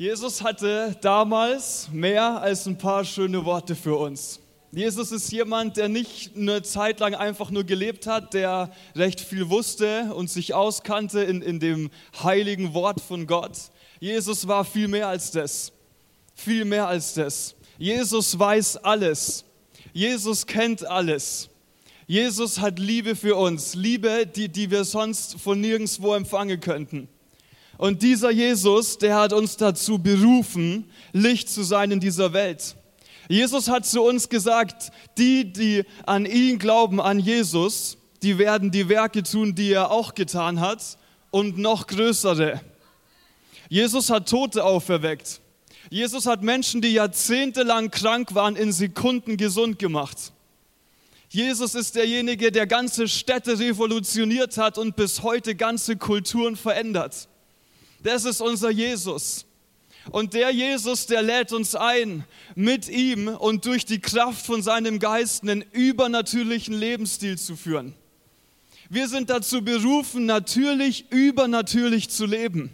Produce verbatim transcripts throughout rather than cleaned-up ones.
Jesus hatte damals mehr als ein paar schöne Worte für uns. Jesus ist jemand, der nicht eine Zeit lang einfach nur gelebt hat, der recht viel wusste und sich auskannte in, in dem heiligen Wort von Gott. Jesus war viel mehr als das. Viel mehr als das. Jesus weiß alles. Jesus kennt alles. Jesus hat Liebe für uns. Liebe, die, die wir sonst von nirgendwo empfangen könnten. Und dieser Jesus, der hat uns dazu berufen, Licht zu sein in dieser Welt. Jesus hat zu uns gesagt, die, die an ihn glauben, an Jesus, die werden die Werke tun, die er auch getan hat und noch größere. Jesus hat Tote auferweckt. Jesus hat Menschen, die jahrzehntelang krank waren, in Sekunden gesund gemacht. Jesus ist derjenige, der ganze Städte revolutioniert hat und bis heute ganze Kulturen verändert. Das ist unser Jesus. Und der Jesus, der lädt uns ein, mit ihm und durch die Kraft von seinem Geist einen übernatürlichen Lebensstil zu führen. Wir sind dazu berufen, natürlich, übernatürlich zu leben.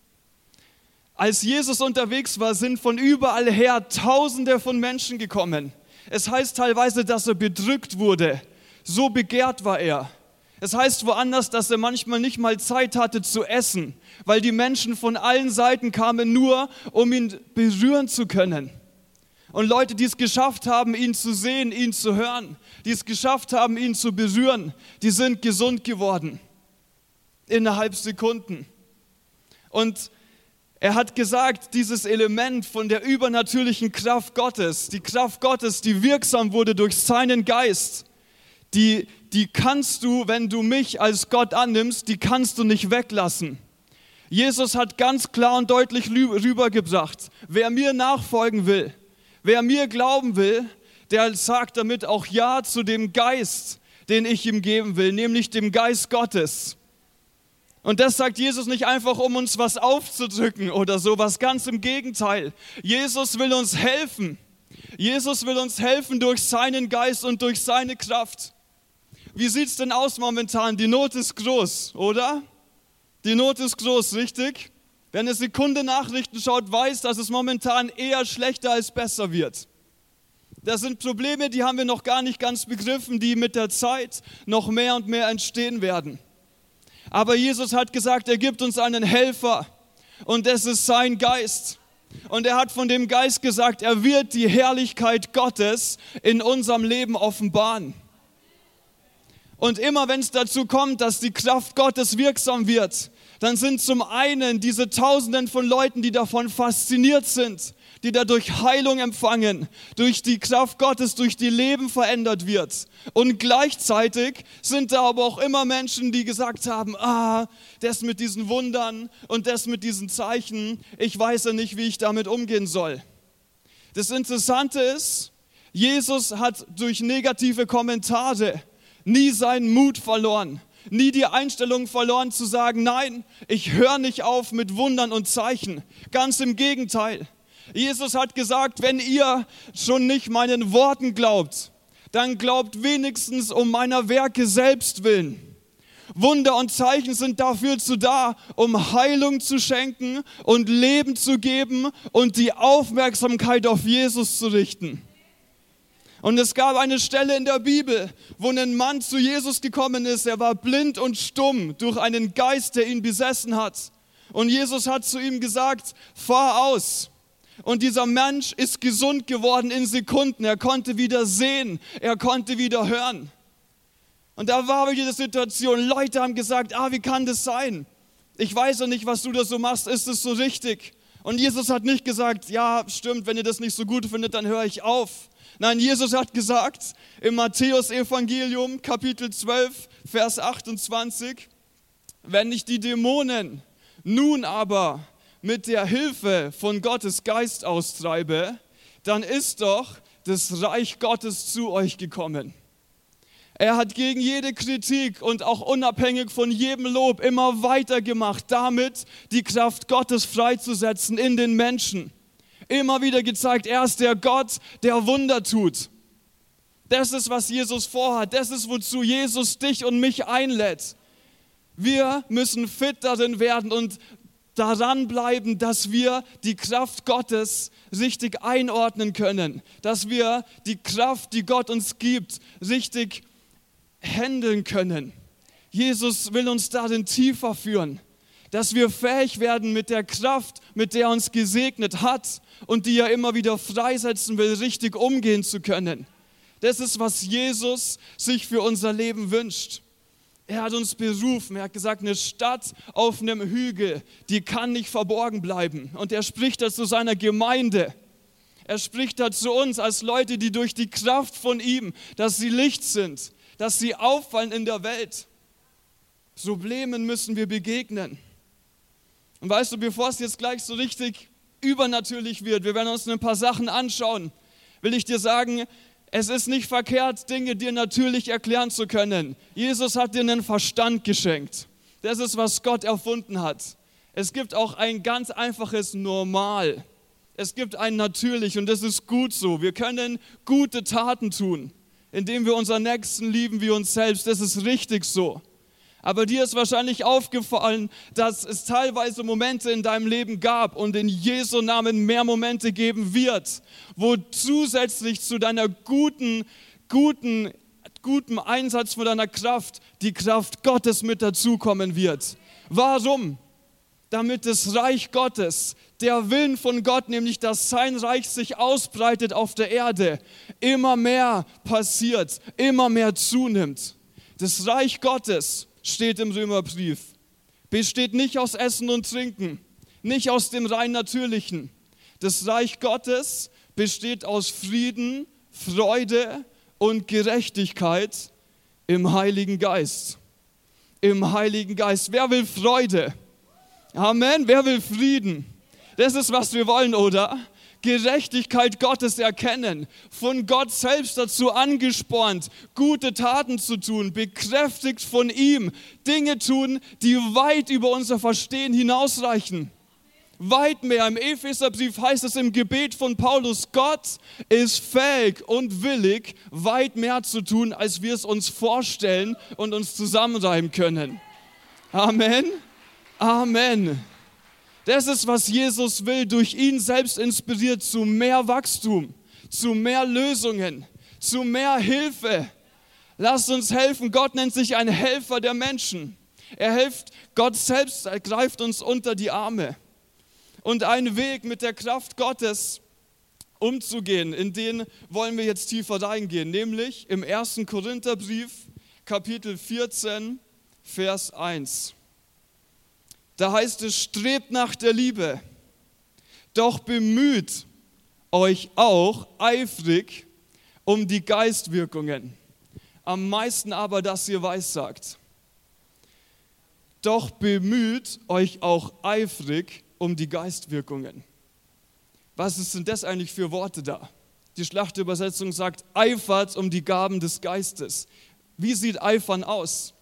Als Jesus unterwegs war, sind von überall her Tausende von Menschen gekommen. Es heißt teilweise, dass er bedrückt wurde. So begehrt war er. Es heißt woanders, dass er manchmal nicht mal Zeit hatte zu essen, weil die Menschen von allen Seiten kamen nur, um ihn berühren zu können. Und Leute, die es geschafft haben, ihn zu sehen, ihn zu hören, die es geschafft haben, ihn zu berühren, die sind gesund geworden. Innerhalb Sekunden. Und er hat gesagt, dieses Element von der übernatürlichen Kraft Gottes, die Kraft Gottes, die wirksam wurde durch seinen Geist, die, die kannst du, wenn du mich als Gott annimmst, die kannst du nicht weglassen. Jesus hat ganz klar und deutlich rübergebracht, wer mir nachfolgen will, wer mir glauben will, der sagt damit auch Ja zu dem Geist, den ich ihm geben will, nämlich dem Geist Gottes. Und das sagt Jesus nicht einfach, um uns was aufzudrücken oder sowas, ganz im Gegenteil. Jesus will uns helfen. Jesus will uns helfen durch seinen Geist und durch seine Kraft. Wie sieht es denn aus momentan? Die Not ist groß, oder? Die Not ist groß, richtig? Wer eine Sekunde Nachrichten schaut, weiß, dass es momentan eher schlechter als besser wird. Das sind Probleme, die haben wir noch gar nicht ganz begriffen, die mit der Zeit noch mehr und mehr entstehen werden. Aber Jesus hat gesagt, er gibt uns einen Helfer und das ist sein Geist. Und er hat von dem Geist gesagt, er wird die Herrlichkeit Gottes in unserem Leben offenbaren. Und immer wenn es dazu kommt, dass die Kraft Gottes wirksam wird, dann sind zum einen diese Tausenden von Leuten, die davon fasziniert sind, die dadurch Heilung empfangen, durch die Kraft Gottes, durch die Leben verändert wird. Und gleichzeitig sind da aber auch immer Menschen, die gesagt haben, ah, das mit diesen Wundern und das mit diesen Zeichen, ich weiß ja nicht, wie ich damit umgehen soll. Das Interessante ist, Jesus hat durch negative Kommentare nie seinen Mut verloren, nie die Einstellung verloren zu sagen, nein, ich höre nicht auf mit Wundern und Zeichen. Ganz im Gegenteil. Jesus hat gesagt, wenn ihr schon nicht meinen Worten glaubt, dann glaubt wenigstens um meiner Werke selbst willen. Wunder und Zeichen sind dafür zu da, um Heilung zu schenken und Leben zu geben und die Aufmerksamkeit auf Jesus zu richten. Und es gab eine Stelle in der Bibel, wo ein Mann zu Jesus gekommen ist. Er war blind und stumm durch einen Geist, der ihn besessen hat. Und Jesus hat zu ihm gesagt, fahr aus. Und dieser Mensch ist gesund geworden in Sekunden. Er konnte wieder sehen, er konnte wieder hören. Und da war wieder die Situation, Leute haben gesagt, ah, wie kann das sein? Ich weiß ja nicht, was du da so machst, ist es so richtig? Und Jesus hat nicht gesagt, ja, stimmt, wenn ihr das nicht so gut findet, dann höre ich auf. Nein, Jesus hat gesagt im Matthäus-Evangelium, Kapitel zwölf, Vers achtundzwanzig, wenn ich die Dämonen nun aber mit der Hilfe von Gottes Geist austreibe, dann ist doch das Reich Gottes zu euch gekommen. Er hat gegen jede Kritik und auch unabhängig von jedem Lob immer weitergemacht, damit die Kraft Gottes freizusetzen in den Menschen. Immer wieder gezeigt, er ist der Gott, der Wunder tut. Das ist, was Jesus vorhat. Das ist, wozu Jesus dich und mich einlädt. Wir müssen fit darin werden und daran bleiben, dass wir die Kraft Gottes richtig einordnen können, dass wir die Kraft, die Gott uns gibt, richtig handeln können. Jesus will uns darin tiefer führen, dass wir fähig werden mit der Kraft, mit der er uns gesegnet hat und die er immer wieder freisetzen will, richtig umgehen zu können. Das ist, was Jesus sich für unser Leben wünscht. Er hat uns berufen, er hat gesagt, eine Stadt auf einem Hügel, die kann nicht verborgen bleiben. Und er spricht da zu seiner Gemeinde. Er spricht da zu uns als Leute, die durch die Kraft von ihm, dass sie Licht sind, dass sie auffallen in der Welt. Problemen müssen wir begegnen. Und weißt du, bevor es jetzt gleich so richtig übernatürlich wird, wir werden uns ein paar Sachen anschauen, will ich dir sagen, es ist nicht verkehrt, Dinge dir natürlich erklären zu können. Jesus hat dir einen Verstand geschenkt. Das ist, was Gott erfunden hat. Es gibt auch ein ganz einfaches Normal. Es gibt ein natürlich und das ist gut so. Wir können gute Taten tun, indem wir unseren Nächsten lieben wie uns selbst. Das ist richtig so. Aber dir ist wahrscheinlich aufgefallen, dass es teilweise Momente in deinem Leben gab und in Jesu Namen mehr Momente geben wird, wo zusätzlich zu deiner guten, guten, guten Einsatz von deiner Kraft die Kraft Gottes mit dazukommen wird. Warum? Damit das Reich Gottes, der Willen von Gott, nämlich dass sein Reich sich ausbreitet auf der Erde, immer mehr passiert, immer mehr zunimmt. Das Reich Gottes, steht im Römerbrief, besteht nicht aus Essen und Trinken, nicht aus dem rein Natürlichen. Das Reich Gottes besteht aus Frieden, Freude und Gerechtigkeit im Heiligen Geist. Im Heiligen Geist. Wer will Freude? Amen. Wer will Frieden? Das ist, was wir wollen, oder? Gerechtigkeit Gottes erkennen, von Gott selbst dazu angespornt, gute Taten zu tun, bekräftigt von ihm, Dinge tun, die weit über unser Verstehen hinausreichen. Weit mehr. Im Epheserbrief heißt es im Gebet von Paulus, Gott ist fähig und willig, weit mehr zu tun, als wir es uns vorstellen und uns zusammenreimen können. Amen. Amen. Das ist, was Jesus will, durch ihn selbst inspiriert zu mehr Wachstum, zu mehr Lösungen, zu mehr Hilfe. Lasst uns helfen. Gott nennt sich ein Helfer der Menschen. Er hilft, Gott selbst greift uns unter die Arme. Und ein Weg mit der Kraft Gottes umzugehen, in den wollen wir jetzt tiefer reingehen, nämlich im ersten Korintherbrief, Kapitel vierzehn, Vers eins. Da heißt es, strebt nach der Liebe, doch bemüht euch auch eifrig um die Geistwirkungen, am meisten aber, dass ihr weissagt. Doch bemüht euch auch eifrig um die Geistwirkungen. Was sind das eigentlich für Worte da? Die Schlachtübersetzung sagt, eifert um die Gaben des Geistes. Wie sieht Eifern aus?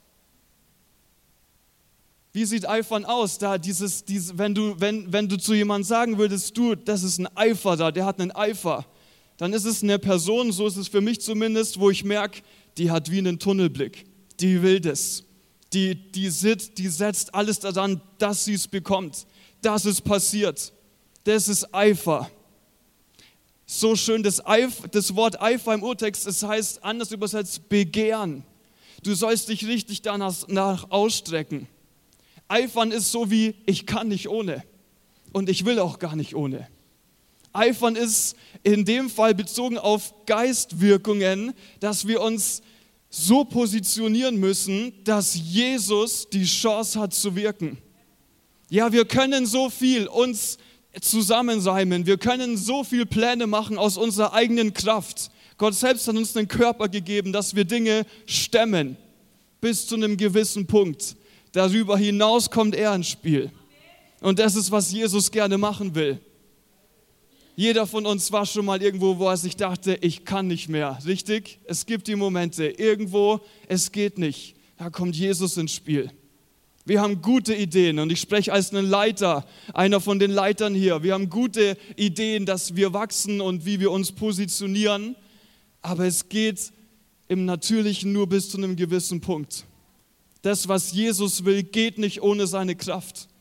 Wie sieht Eifern aus? Da dieses, dieses, wenn, du, wenn, wenn du zu jemandem sagen würdest, du, das ist ein Eifer da, der hat einen Eifer, dann ist es eine Person, so ist es für mich zumindest, wo ich merke, die hat wie einen Tunnelblick, die will das, die, die, sitzt, die setzt alles daran, dass sie es bekommt, dass es passiert. Das ist Eifer. So schön, das, Eif, das Wort Eifer im Urtext, es heißt anders übersetzt Begehren. Du sollst dich richtig danach nach ausstrecken. Eifern ist so wie, ich kann nicht ohne und ich will auch gar nicht ohne. Eifern ist in dem Fall bezogen auf Geistwirkungen, dass wir uns so positionieren müssen, dass Jesus die Chance hat zu wirken. Ja, wir können so viel uns zusammenreimen, wir können so viel Pläne machen aus unserer eigenen Kraft. Gott selbst hat uns einen Körper gegeben, dass wir Dinge stemmen bis zu einem gewissen Punkt. Darüber hinaus kommt er ins Spiel. Und das ist, was Jesus gerne machen will. Jeder von uns war schon mal irgendwo, wo er sich dachte, ich kann nicht mehr. Richtig? Es gibt die Momente, irgendwo, es geht nicht. Da kommt Jesus ins Spiel. Wir haben gute Ideen und ich spreche als ein Leiter, einer von den Leitern hier. Wir haben gute Ideen, dass wir wachsen und wie wir uns positionieren. Aber es geht im Natürlichen nur bis zu einem gewissen Punkt. Das, was Jesus will, geht nicht ohne seine Kraft.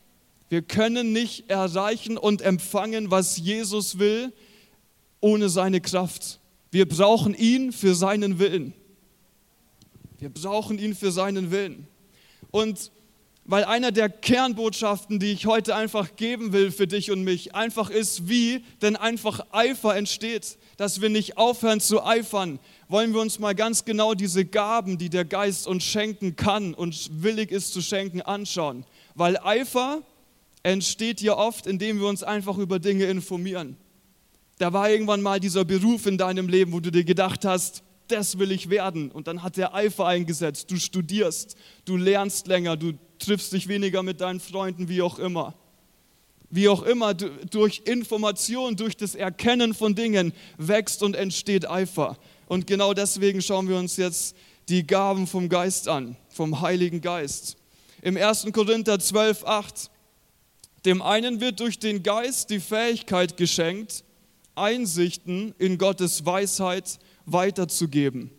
Wir können nicht erreichen und empfangen, was Jesus will, ohne seine Kraft. Wir brauchen ihn für seinen Willen. Wir brauchen ihn für seinen Willen. Und weil einer der Kernbotschaften, die ich heute einfach geben will für dich und mich, einfach ist, wie denn einfach Eifer entsteht, dass wir nicht aufhören zu eifern, wollen wir uns mal ganz genau diese Gaben, die der Geist uns schenken kann und willig ist zu schenken, anschauen. Weil Eifer entsteht ja oft, indem wir uns einfach über Dinge informieren. Da war irgendwann mal dieser Beruf in deinem Leben, wo du dir gedacht hast, das will ich werden. Und dann hat der Eifer eingesetzt. Du studierst, du lernst länger, du triffst dich weniger mit deinen Freunden, wie auch immer. Wie auch immer, du, durch Information, durch das Erkennen von Dingen wächst und entsteht Eifer. Und genau deswegen schauen wir uns jetzt die Gaben vom Geist an, vom Heiligen Geist. Im ersten Korinther zwölf, acht. Dem einen wird durch den Geist die Fähigkeit geschenkt, Einsichten in Gottes Weisheit weiterzugeben.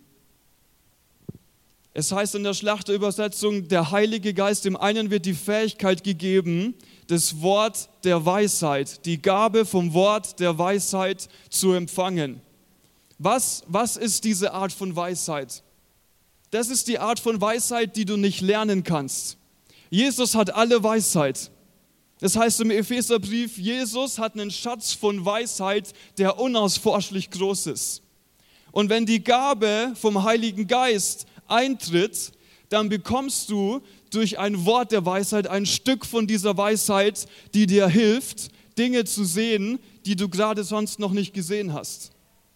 Es heißt in der Schlachterübersetzung, der Heilige Geist, dem einen wird die Fähigkeit gegeben, das Wort der Weisheit, die Gabe vom Wort der Weisheit zu empfangen. Was, was ist diese Art von Weisheit? Das ist die Art von Weisheit, die du nicht lernen kannst. Jesus hat alle Weisheit. Das heißt im Epheserbrief, Jesus hat einen Schatz von Weisheit, der unausforschlich groß ist. Und wenn die Gabe vom Heiligen Geist eintritt, dann bekommst du durch ein Wort der Weisheit ein Stück von dieser Weisheit, die dir hilft, Dinge zu sehen, die du gerade sonst noch nicht gesehen hast.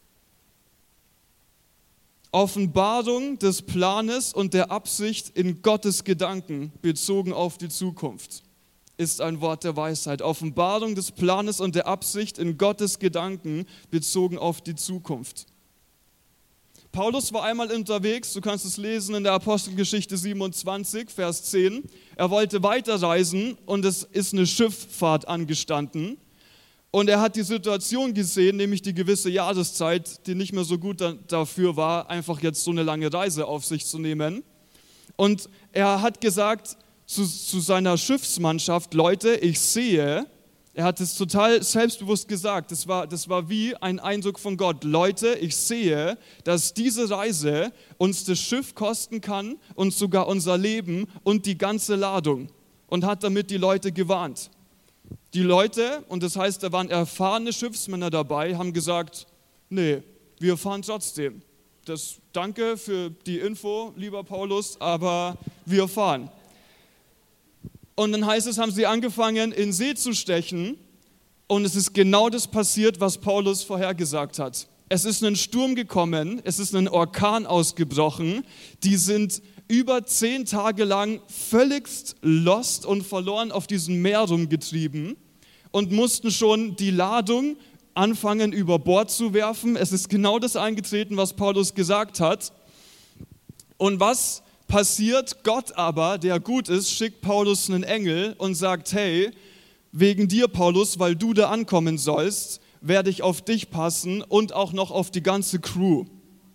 Offenbarung des Planes und der Absicht in Gottes Gedanken bezogen auf die Zukunft ist ein Wort der Weisheit. Offenbarung des Planes und der Absicht in Gottes Gedanken bezogen auf die Zukunft. Paulus war einmal unterwegs, du kannst es lesen in der Apostelgeschichte siebenundzwanzig, Vers zehn. Er wollte weiterreisen und es ist eine Schifffahrt angestanden. Und er hat die Situation gesehen, nämlich die gewisse Jahreszeit, die nicht mehr so gut da, dafür war, einfach jetzt so eine lange Reise auf sich zu nehmen. Und er hat gesagt zu, zu seiner Schiffsmannschaft, Leute, ich sehe, er hat es total selbstbewusst gesagt, das war, das war wie ein Eindruck von Gott. Leute, ich sehe, dass diese Reise uns das Schiff kosten kann und sogar unser Leben und die ganze Ladung. Und hat damit die Leute gewarnt. Die Leute, und das heißt, da waren erfahrene Schiffsmänner dabei, haben gesagt, nee, wir fahren trotzdem. Das, danke für die Info, lieber Paulus, aber wir fahren. Und dann heißt es, haben sie angefangen, in See zu stechen. Und es ist genau das passiert, was Paulus vorhergesagt hat. Es ist ein Sturm gekommen, es ist ein Orkan ausgebrochen. Die sind über zehn Tage lang völligst lost und verloren auf diesem Meer rumgetrieben und mussten schon die Ladung anfangen, über Bord zu werfen. Es ist genau das eingetreten, was Paulus gesagt hat. Und was passiert? Gott aber, der gut ist, schickt Paulus einen Engel und sagt, hey, wegen dir, Paulus, weil du da ankommen sollst, werde ich auf dich passen und auch noch auf die ganze Crew.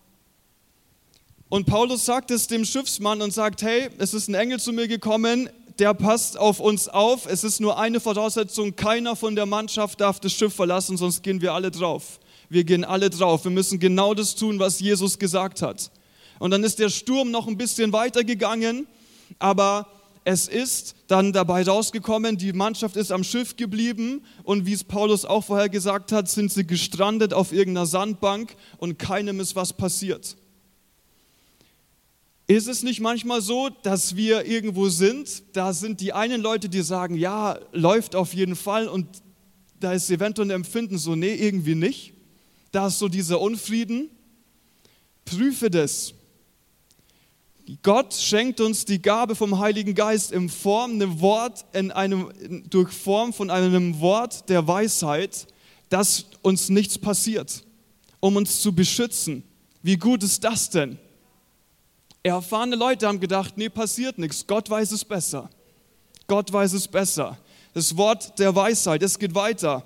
Und Paulus sagt es dem Schiffsmann und sagt, hey, es ist ein Engel zu mir gekommen, der passt auf uns auf. Es ist nur eine Voraussetzung, keiner von der Mannschaft darf das Schiff verlassen, sonst gehen wir alle drauf. Wir gehen alle drauf. Wir müssen genau das tun, was Jesus gesagt hat. Und dann ist der Sturm noch ein bisschen weiter gegangen, aber es ist dann dabei rausgekommen, die Mannschaft ist am Schiff geblieben und wie es Paulus auch vorher gesagt hat, sind sie gestrandet auf irgendeiner Sandbank und keinem ist was passiert. Ist es nicht manchmal so, dass wir irgendwo sind, da sind die einen Leute, die sagen, ja, läuft auf jeden Fall und da ist eventuell ein Empfinden so, nee, irgendwie nicht. Da ist so dieser Unfrieden. Prüfe das. Gott schenkt uns die Gabe vom Heiligen Geist in Form, einem Wort, in einem, durch Form von einem Wort der Weisheit, dass uns nichts passiert, um uns zu beschützen. Wie gut ist das denn? Erfahrene Leute haben gedacht, nee, passiert nichts, Gott weiß es besser. Gott weiß es besser. Das Wort der Weisheit, es geht weiter.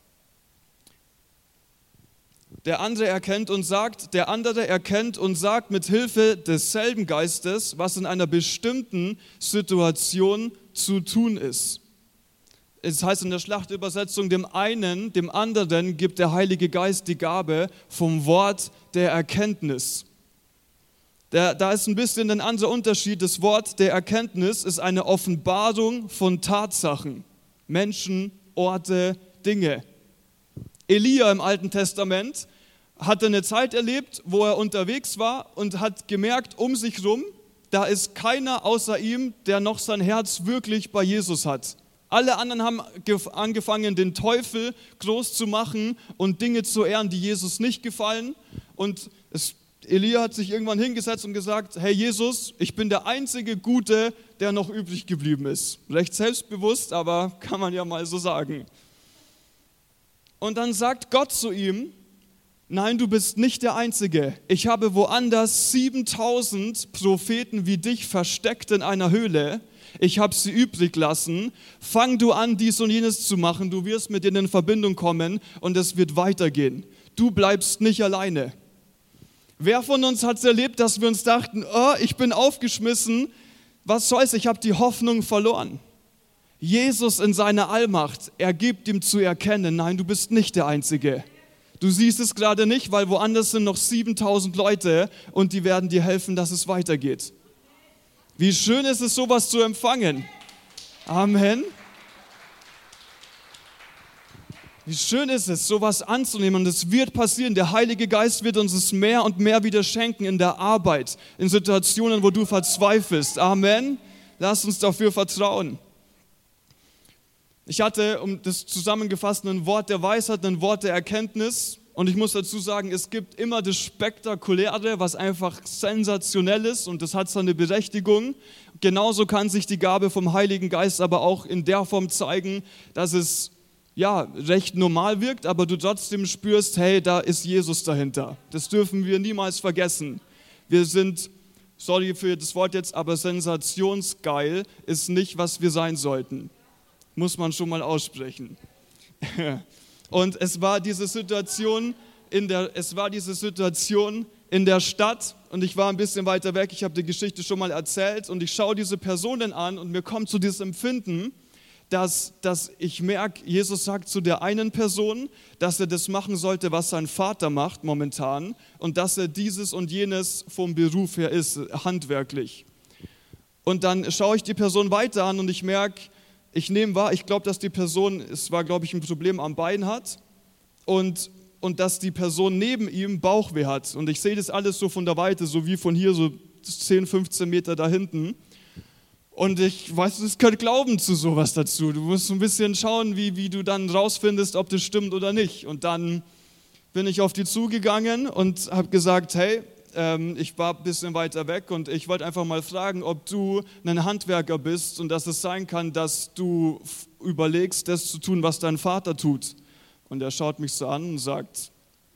Der andere erkennt und sagt, der andere erkennt und sagt mit Hilfe desselben Geistes, was in einer bestimmten Situation zu tun ist. Es heißt in der Schlachtübersetzung, dem einen, dem anderen gibt der Heilige Geist die Gabe vom Wort der Erkenntnis. Da, da ist ein bisschen ein anderer Unterschied. Das Wort der Erkenntnis ist eine Offenbarung von Tatsachen, Menschen, Orte, Dinge. Elia im Alten Testament hatte eine Zeit erlebt, wo er unterwegs war und hat gemerkt, um sich herum, da ist keiner außer ihm, der noch sein Herz wirklich bei Jesus hat. Alle anderen haben angefangen, den Teufel groß zu machen und Dinge zu ehren, die Jesus nicht gefallen. Und es, Elia hat sich irgendwann hingesetzt und gesagt, hey Jesus, ich bin der einzige Gute, der noch übrig geblieben ist. Recht selbstbewusst, aber kann man ja mal so sagen. Und dann sagt Gott zu ihm, nein, du bist nicht der Einzige. Ich habe woanders siebentausend Propheten wie dich versteckt in einer Höhle. Ich habe sie übrig lassen. Fang du an, dies und jenes zu machen. Du wirst mit ihnen in Verbindung kommen und es wird weitergehen. Du bleibst nicht alleine. Wer von uns hat es erlebt, dass wir uns dachten, oh, ich bin aufgeschmissen, was soll's, ich habe die Hoffnung verloren. Jesus in seiner Allmacht, er gibt ihm zu erkennen, nein, du bist nicht der Einzige. Du siehst es gerade nicht, weil woanders sind noch siebentausend Leute und die werden dir helfen, dass es weitergeht. Wie schön ist es, sowas zu empfangen. Amen. Wie schön ist es, sowas anzunehmen. Und es wird passieren. Der Heilige Geist wird uns es mehr und mehr wieder schenken in der Arbeit, in Situationen, wo du verzweifelst. Amen. Lass uns dafür vertrauen. Ich hatte, um das zusammengefasst, ein Wort der Weisheit, ein Wort der Erkenntnis. Und ich muss dazu sagen, es gibt immer das Spektakuläre, was einfach sensationell ist und das hat seine Berechtigung. Genauso kann sich die Gabe vom Heiligen Geist aber auch in der Form zeigen, dass es ja recht normal wirkt, aber du trotzdem spürst, hey, da ist Jesus dahinter. Das dürfen wir niemals vergessen. Wir sind, sorry für das Wort jetzt, aber sensationsgeil ist nicht, was wir sein sollten. Muss man schon mal aussprechen. Und es war diese Situation in der, es war diese Situation in der Stadt und ich war ein bisschen weiter weg, ich habe die Geschichte schon mal erzählt und ich schaue diese Personen an und mir kommt so dieses Empfinden, dass, dass ich merke, Jesus sagt zu der einen Person, dass er das machen sollte, was sein Vater macht momentan und dass er dieses und jenes vom Beruf her ist, handwerklich. Und dann schaue ich die Person weiter an und ich merke, ich nehme wahr, ich glaube, dass die Person, es war, glaube ich, ein Problem am Bein hat und, und dass die Person neben ihm Bauchweh hat. Und ich sehe das alles so von der Weite, so wie von hier, so zehn, fünfzehn Meter da hinten. Und ich weiß, es gehört Glauben zu sowas dazu. Du musst so ein bisschen schauen, wie, wie du dann rausfindest, ob das stimmt oder nicht. Und dann bin ich auf die zugegangen und habe gesagt, hey, ich war ein bisschen weiter weg und ich wollte einfach mal fragen, ob du ein Handwerker bist und dass es sein kann, dass du überlegst, das zu tun, was dein Vater tut. Und er schaut mich so an und sagt,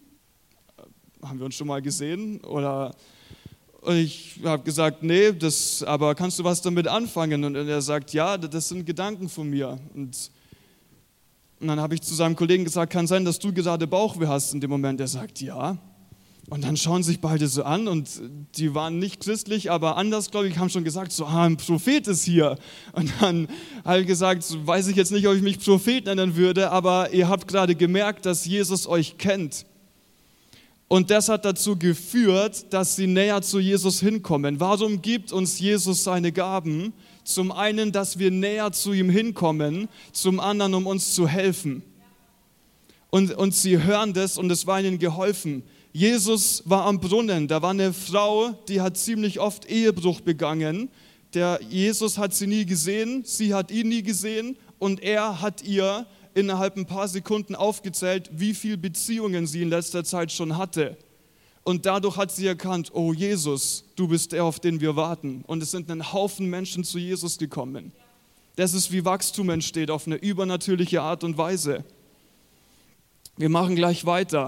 haben wir uns schon mal gesehen? Oder und ich habe gesagt, nee, das, aber kannst du was damit anfangen? Und er sagt, ja, das sind Gedanken von mir. Und, und dann habe ich zu seinem Kollegen gesagt, kann sein, dass du gerade Bauchweh hast in dem Moment. Er sagt, ja. Und dann schauen sich beide so an und die waren nicht christlich, aber anders, glaube ich, haben schon gesagt, so, ah, ein Prophet ist hier. Und dann habe ich gesagt, so, weiß ich jetzt nicht, ob ich mich Prophet nennen würde, aber ihr habt gerade gemerkt, dass Jesus euch kennt. Und das hat dazu geführt, dass sie näher zu Jesus hinkommen. Warum gibt uns Jesus seine Gaben? Zum einen, dass wir näher zu ihm hinkommen, zum anderen, um uns zu helfen. Und, und sie hören das und es war ihnen geholfen. Jesus war am Brunnen, da war eine Frau, die hat ziemlich oft Ehebruch begangen. Der Jesus hat sie nie gesehen, sie hat ihn nie gesehen und er hat ihr innerhalb ein paar Sekunden aufgezählt, wie viele Beziehungen sie in letzter Zeit schon hatte. Und dadurch hat sie erkannt, oh Jesus, du bist der, auf den wir warten. Und es sind ein Haufen Menschen zu Jesus gekommen. Das ist, wie Wachstum entsteht, auf eine übernatürliche Art und Weise. Wir machen gleich weiter.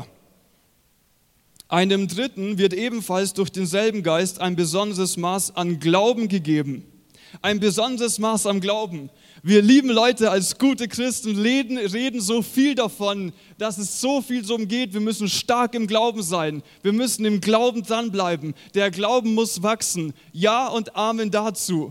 Einem Dritten wird ebenfalls durch denselben Geist ein besonderes Maß an Glauben gegeben. Ein besonderes Maß an Glauben. Wir lieben Leute als gute Christen, reden, reden so viel davon, dass es so viel so umgeht. Wir müssen stark im Glauben sein. Wir müssen im Glauben dranbleiben. Der Glauben muss wachsen. Ja und Amen dazu.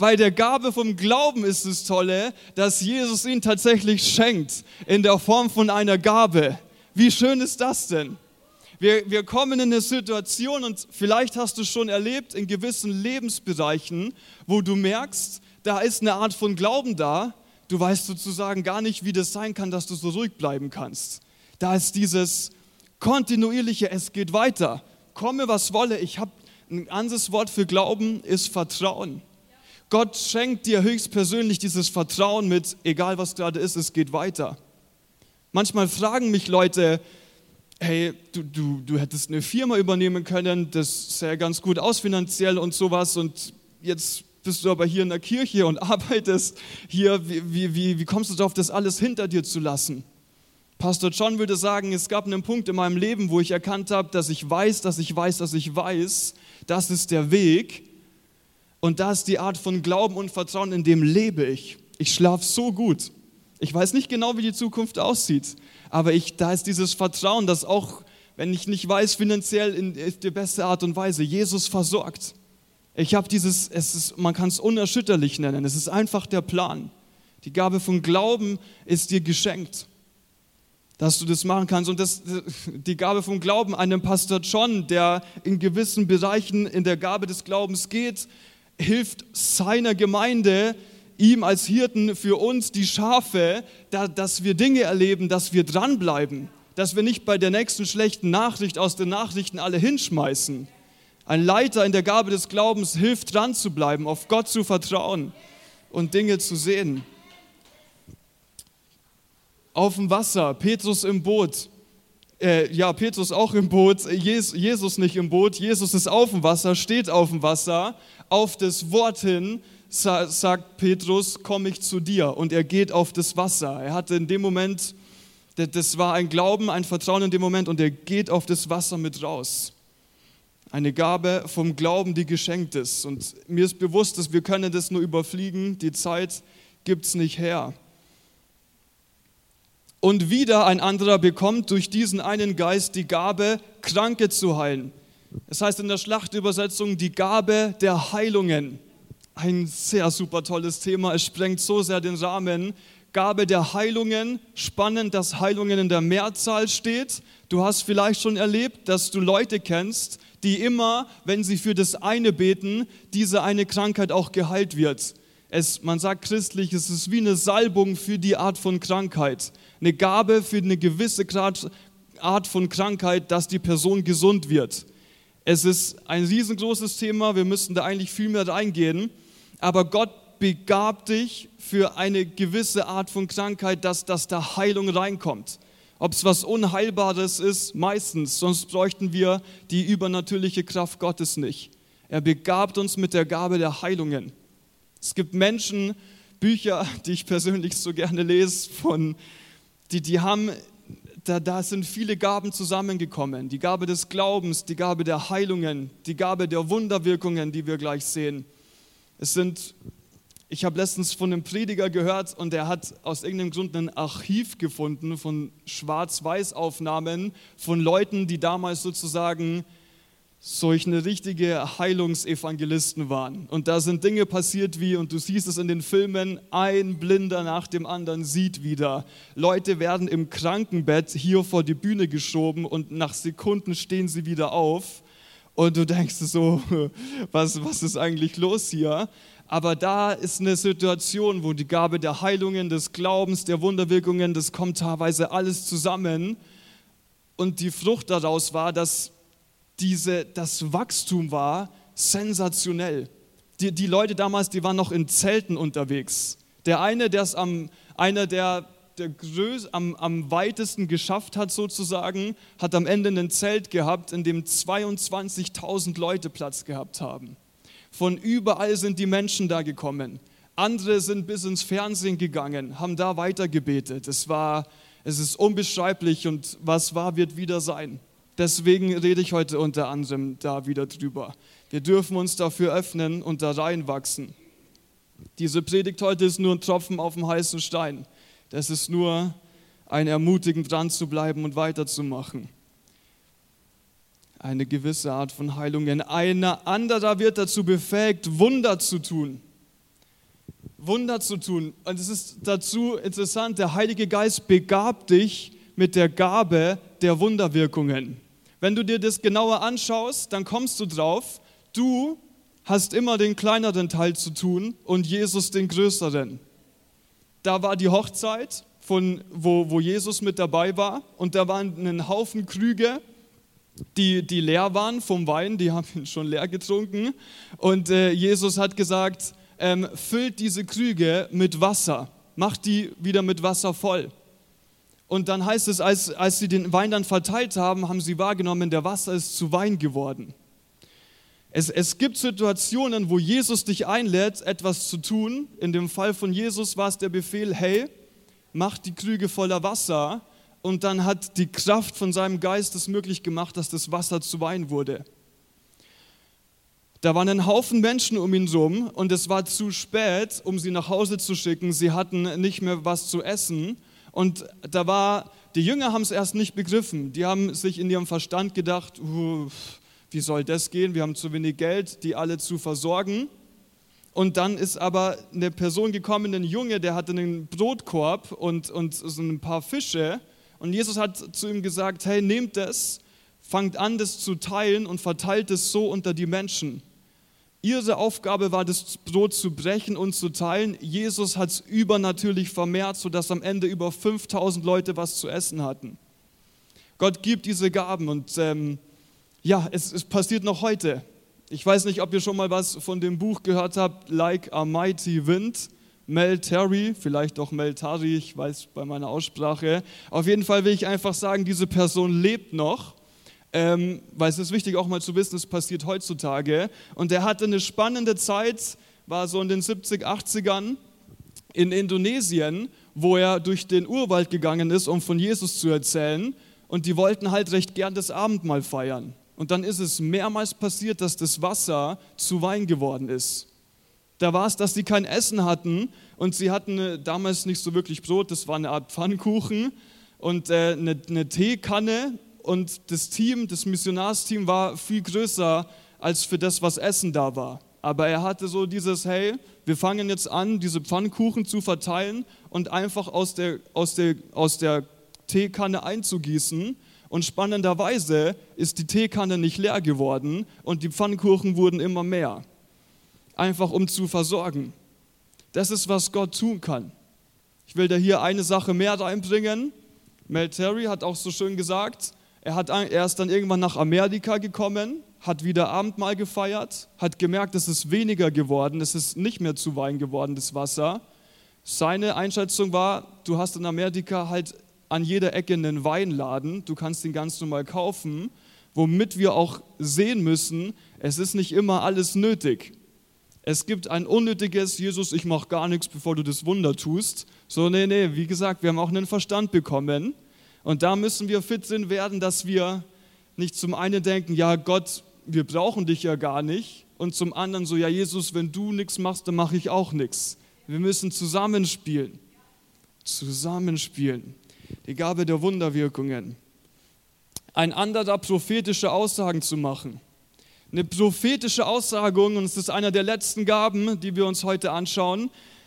Bei der Gabe vom Glauben ist es Tolle, dass Jesus ihn tatsächlich schenkt in der Form von einer Gabe. Wie schön ist das denn? Wir, wir kommen in eine Situation und vielleicht hast du schon erlebt in gewissen Lebensbereichen, wo du merkst, da ist eine Art von Glauben da. Du weißt sozusagen gar nicht, wie das sein kann, dass du so ruhig bleiben kannst. Da ist dieses kontinuierliche, es geht weiter. Komme, was wolle. Ich habe ein anderes Wort für Glauben, ist Vertrauen. Gott schenkt dir höchstpersönlich dieses Vertrauen mit, egal was gerade ist, es geht weiter. Manchmal fragen mich Leute, hey, du, du, du hättest eine Firma übernehmen können, das sähe ganz gut aus finanziell und sowas und jetzt bist du aber hier in der Kirche und arbeitest hier, wie, wie, wie kommst du darauf, das alles hinter dir zu lassen? Pastor John würde sagen, es gab einen Punkt in meinem Leben, wo ich erkannt habe, dass ich weiß, dass ich weiß, dass ich weiß, das ist der Weg und das ist die Art von Glauben und Vertrauen, in dem lebe ich. Ich schlafe so gut. Ich weiß nicht genau, wie die Zukunft aussieht, aber ich, da ist dieses Vertrauen, dass auch, wenn ich nicht weiß, finanziell in der beste Art und Weise, Jesus versorgt. Ich habe dieses, es ist, man kann es unerschütterlich nennen, es ist einfach der Plan. Die Gabe von Glauben ist dir geschenkt, dass du das machen kannst. Und das, die Gabe vom Glauben einem Pastor John, der in gewissen Bereichen in der Gabe des Glaubens geht, hilft seiner Gemeinde, ihm als Hirten für uns, die Schafe, da, dass wir Dinge erleben, dass wir dranbleiben, dass wir nicht bei der nächsten schlechten Nachricht aus den Nachrichten alle hinschmeißen. Ein Leiter in der Gabe des Glaubens hilft, dran zu bleiben, auf Gott zu vertrauen und Dinge zu sehen. Auf dem Wasser, Petrus im Boot, äh, ja, Petrus auch im Boot, Jesus nicht im Boot, Jesus ist auf dem Wasser, steht auf dem Wasser, auf das Wort hin, sagt Petrus, komme ich zu dir, und er geht auf das Wasser. Er hatte in dem Moment, das war ein Glauben, ein Vertrauen in dem Moment, und er geht auf das Wasser mit raus. Eine Gabe vom Glauben, die geschenkt ist, und mir ist bewusst, dass wir können das nur überfliegen, die Zeit gibt es nicht her. Und wieder ein anderer bekommt durch diesen einen Geist die Gabe, Kranke zu heilen. Es heißt in der Schlachtübersetzung, die Gabe der Heilungen. Ein sehr super tolles Thema, es sprengt so sehr den Rahmen. Gabe der Heilungen, spannend, dass Heilungen in der Mehrzahl steht. Du hast vielleicht schon erlebt, dass du Leute kennst, die immer, wenn sie für das eine beten, diese eine Krankheit auch geheilt wird. Es, man sagt christlich, es ist wie eine Salbung für die Art von Krankheit. Eine Gabe für eine gewisse Art von Krankheit, dass die Person gesund wird. Es ist ein riesengroßes Thema, wir müssen da eigentlich viel mehr reingehen. Aber Gott begabt dich für eine gewisse Art von Krankheit, dass, dass da Heilung reinkommt. Ob es was Unheilbares ist, meistens, sonst bräuchten wir die übernatürliche Kraft Gottes nicht. Er begabt uns mit der Gabe der Heilungen. Es gibt Menschen, Bücher, die ich persönlich so gerne lese, von, die, die haben, da, da sind viele Gaben zusammengekommen. Die Gabe des Glaubens, die Gabe der Heilungen, die Gabe der Wunderwirkungen, die wir gleich sehen. Es sind, ich habe letztens von einem Prediger gehört und der hat aus irgendeinem Grund ein Archiv gefunden von Schwarz-Weiß-Aufnahmen von Leuten, die damals sozusagen solche richtige Heilungsevangelisten waren. Und da sind Dinge passiert wie, und du siehst es in den Filmen, ein Blinder nach dem anderen sieht wieder. Leute werden im Krankenbett hier vor die Bühne geschoben und nach Sekunden stehen sie wieder auf. Und du denkst so, was, was ist eigentlich los hier? Aber da ist eine Situation, wo die Gabe der Heilungen, des Glaubens, der Wunderwirkungen, das kommt teilweise alles zusammen. Und die Frucht daraus war, dass diese, das Wachstum war sensationell. Die, die Leute damals, die waren noch in Zelten unterwegs. Der eine, der es am, einer der der größ, am, am weitesten geschafft hat sozusagen, hat am Ende ein Zelt gehabt, in dem zweiundzwanzigtausend Leute Platz gehabt haben. Von überall sind die Menschen da gekommen. Andere sind bis ins Fernsehen gegangen, haben da weitergebetet. Es war, es ist unbeschreiblich, und was war, wird wieder sein. Deswegen rede ich heute unter anderem da wieder drüber. Wir dürfen uns dafür öffnen und da reinwachsen. Diese Predigt heute ist nur ein Tropfen auf dem heißen Stein. Das ist nur ein Ermutigen, dran zu bleiben und weiterzumachen. Eine gewisse Art von Heilungen. Ein anderer wird dazu befähigt, Wunder zu tun. Wunder zu tun. Und es ist dazu interessant, der Heilige Geist begabt dich mit der Gabe der Wunderwirkungen. Wenn du dir das genauer anschaust, dann kommst du drauf, du hast immer den kleineren Teil zu tun und Jesus den größeren. Da war die Hochzeit, von, wo, wo Jesus mit dabei war, und da waren ein Haufen Krüge, die, die leer waren vom Wein, die haben ihn schon leer getrunken. Und äh, Jesus hat gesagt, ähm, füllt diese Krüge mit Wasser, macht die wieder mit Wasser voll. Und dann heißt es, als, als sie den Wein dann verteilt haben, haben sie wahrgenommen, der Wasser ist zu Wein geworden. Es, es gibt Situationen, wo Jesus dich einlädt, etwas zu tun. In dem Fall von Jesus war es der Befehl, hey, mach die Krüge voller Wasser. Und dann hat die Kraft von seinem Geist es möglich gemacht, dass das Wasser zu Wein wurde. Da waren ein Haufen Menschen um ihn rum und es war zu spät, um sie nach Hause zu schicken. Sie hatten nicht mehr was zu essen. Und da war, die Jünger haben es erst nicht begriffen. Die haben sich in ihrem Verstand gedacht, uh, wie soll das gehen? Wir haben zu wenig Geld, die alle zu versorgen. Und dann ist aber eine Person gekommen, ein Junge, der hatte einen Brotkorb und, und so ein paar Fische. Und Jesus hat zu ihm gesagt, hey, nehmt das, fangt an, das zu teilen und verteilt es so unter die Menschen. Ihre Aufgabe war, das Brot zu brechen und zu teilen. Jesus hat es übernatürlich vermehrt, sodass am Ende über fünftausend Leute was zu essen hatten. Gott gibt diese Gaben und ähm, ja, es, es passiert noch heute. Ich weiß nicht, ob ihr schon mal was von dem Buch gehört habt, Like a Mighty Wind. Mel Terry, vielleicht auch Mel Tari, ich weiß bei meiner Aussprache. Auf jeden Fall will ich einfach sagen, diese Person lebt noch. Ähm, weil es ist wichtig auch mal zu wissen, es passiert heutzutage. Und er hatte eine spannende Zeit, war so in den siebzig, achtzigern in Indonesien, wo er durch den Urwald gegangen ist, um von Jesus zu erzählen. Und die wollten halt recht gern das Abendmahl feiern. Und dann ist es mehrmals passiert, dass das Wasser zu Wein geworden ist. Da war es, dass sie kein Essen hatten und sie hatten damals nicht so wirklich Brot, das war eine Art Pfannkuchen und äh, eine, eine Teekanne. Und das Team, das Missionarsteam war viel größer als für das, was Essen da war. Aber er hatte so dieses, hey, wir fangen jetzt an, diese Pfannkuchen zu verteilen und einfach aus der, aus der, aus der Teekanne einzugießen. Und spannenderweise ist die Teekanne nicht leer geworden und die Pfannkuchen wurden immer mehr. Einfach um zu versorgen. Das ist, was Gott tun kann. Ich will da hier eine Sache mehr reinbringen. Mel Terry hat auch so schön gesagt, Er, hat, er ist dann irgendwann nach Amerika gekommen, hat wieder Abendmahl gefeiert, hat gemerkt, es ist weniger geworden, es ist nicht mehr zu Wein geworden, das Wasser. Seine Einschätzung war, du hast in Amerika halt an jeder Ecke einen Weinladen, du kannst ihn ganz normal kaufen, womit wir auch sehen müssen, es ist nicht immer alles nötig. Es gibt ein unnötiges, Jesus, ich mache gar nichts, bevor du das Wunder tust. So, nee, nee, wie gesagt, wir haben auch einen Verstand bekommen. Und da müssen wir fit sein werden, dass wir nicht zum einen denken, ja Gott, wir brauchen dich ja gar nicht. Und zum anderen so, ja Jesus, wenn du nichts machst, dann mache ich auch nichts. Wir müssen zusammenspielen. Zusammenspielen. Die Gabe der Wunderwirkungen. Ein anderer prophetische Aussagen zu machen. Eine prophetische Aussagung, und es ist einer der letzten Gaben, die wir uns heute anschauen.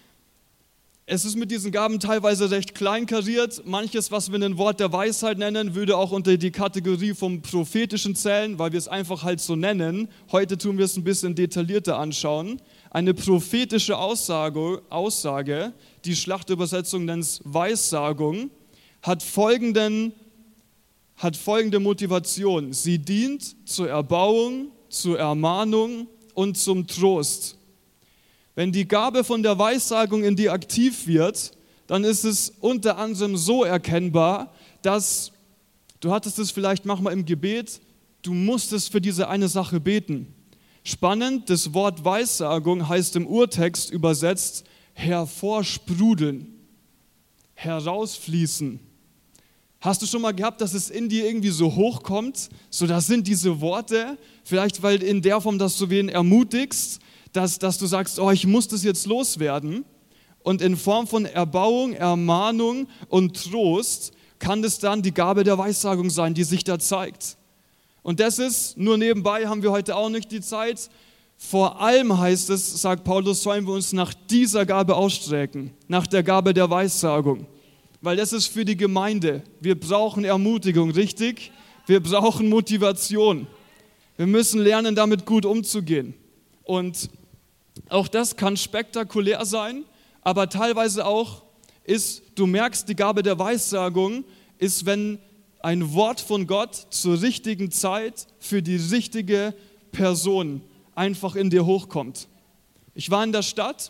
Es ist mit diesen Gaben teilweise recht kleinkariert. Manches, was wir ein Wort der Weisheit nennen, würde auch unter die Kategorie vom Prophetischen zählen, weil wir es einfach halt so nennen. Heute tun wir es ein bisschen detaillierter anschauen. Eine prophetische Aussage, Aussage die Schlachtübersetzung nennt es Weissagung, hat, folgenden, hat folgende Motivation. Sie dient zur Erbauung, zur Ermahnung und zum Trost. Wenn die Gabe von der Weissagung in dir aktiv wird, dann ist es unter anderem so erkennbar, dass, du hattest es vielleicht manchmal im Gebet, du musstest für diese eine Sache beten. Spannend, das Wort Weissagung heißt im Urtext übersetzt hervorsprudeln, herausfließen. Hast du schon mal gehabt, dass es in dir irgendwie so hochkommt? So, das sind diese Worte, vielleicht weil in der Form, dass du wen ermutigst, Dass, dass du sagst, oh, ich muss das jetzt loswerden. Und in Form von Erbauung, Ermahnung und Trost kann es dann die Gabe der Weissagung sein, die sich da zeigt. Und das ist, nur nebenbei haben wir heute auch nicht die Zeit, Vor allem heißt es, sagt Paulus, sollen wir uns nach dieser Gabe ausstrecken, nach der Gabe der Weissagung. Weil das ist für die Gemeinde. Wir brauchen Ermutigung, richtig? Wir brauchen Motivation. Wir müssen lernen, damit gut umzugehen. Und auch das kann spektakulär sein, aber teilweise auch ist, du merkst, die Gabe der Weissagung ist, wenn ein Wort von Gott zur richtigen Zeit für die richtige Person einfach in dir hochkommt. Ich war in der Stadt,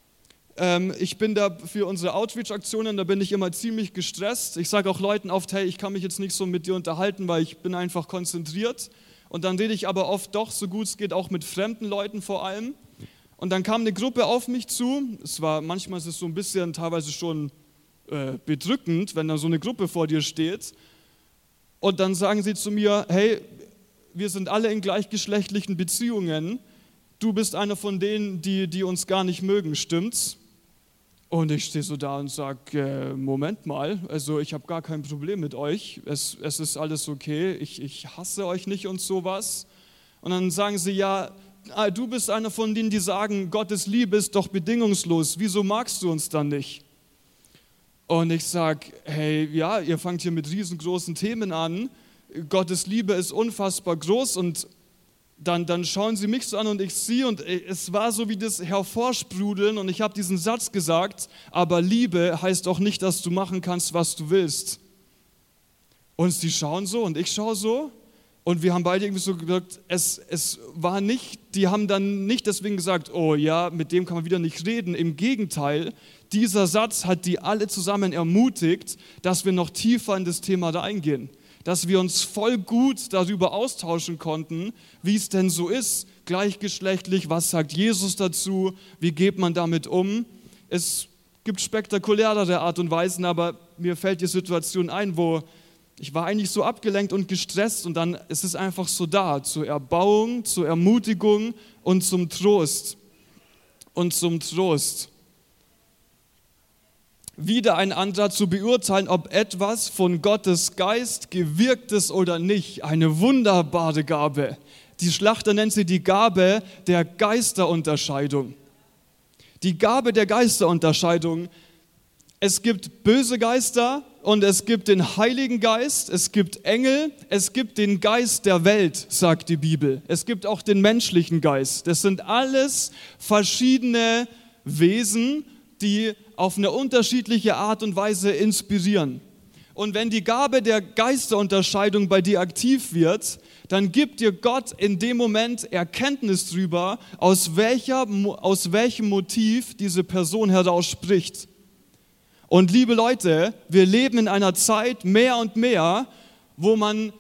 ähm, ich bin da für unsere Outreach-Aktionen, da bin ich immer ziemlich gestresst. Ich sage auch Leuten oft, hey, ich kann mich jetzt nicht so mit dir unterhalten, weil ich bin einfach konzentriert. Und dann rede ich aber oft doch, so gut es geht, auch mit fremden Leuten vor allem. Und dann kam eine Gruppe auf mich zu. Es war, manchmal ist es so ein bisschen teilweise schon äh, bedrückend, wenn da so eine Gruppe vor dir steht. Und dann sagen sie zu mir, hey, wir sind alle in gleichgeschlechtlichen Beziehungen. Du bist einer von denen, die, die uns gar nicht mögen, stimmt's? Und ich stehe so da und sage, äh, Moment mal, also ich habe gar kein Problem mit euch. Es, es ist alles okay, ich, ich hasse euch nicht und sowas. Und dann sagen sie, ja, du bist einer von denen, die sagen, Gottes Liebe ist doch bedingungslos. Wieso magst du uns dann nicht? Und ich sage, hey, ja, ihr fangt hier mit riesengroßen Themen an. Gottes Liebe ist unfassbar groß und dann, dann schauen sie mich so an und ich sie und es war so wie das Hervorsprudeln und ich habe diesen Satz gesagt, aber Liebe heißt auch nicht, dass du machen kannst, was du willst. Und sie schauen so und ich schaue so und wir haben beide irgendwie so gesagt, es, es war nicht, die haben dann nicht deswegen gesagt, oh ja, mit dem kann man wieder nicht reden. Im Gegenteil, dieser Satz hat die alle zusammen ermutigt, dass wir noch tiefer in das Thema reingehen. Dass wir uns voll gut darüber austauschen konnten, wie es denn so ist, gleichgeschlechtlich, was sagt Jesus dazu, wie geht man damit um. Es gibt spektakulärere Art und Weisen, aber mir fällt die Situation ein, wo ich war eigentlich so abgelenkt und gestresst und dann ist es einfach so da, zur Erbauung, zur Ermutigung und zum Trost. Und zum Trost. Wieder ein anderer zu beurteilen, ob etwas von Gottes Geist gewirkt ist oder nicht. Eine wunderbare Gabe. Die Schlachter nennt sie die Gabe der Geisterunterscheidung. Die Gabe der Geisterunterscheidung. Es gibt böse Geister und es gibt den Heiligen Geist, es gibt Engel, es gibt den Geist der Welt, sagt die Bibel. Es gibt auch den menschlichen Geist. Das sind alles verschiedene Wesen, die auf eine unterschiedliche Art und Weise inspirieren. Und wenn die Gabe der Geisterunterscheidung bei dir aktiv wird, dann gibt dir Gott in dem Moment Erkenntnis darüber, aus, welcher, aus welchem Motiv diese Person heraus spricht. Und liebe Leute, wir leben in einer Zeit mehr und mehr, wo man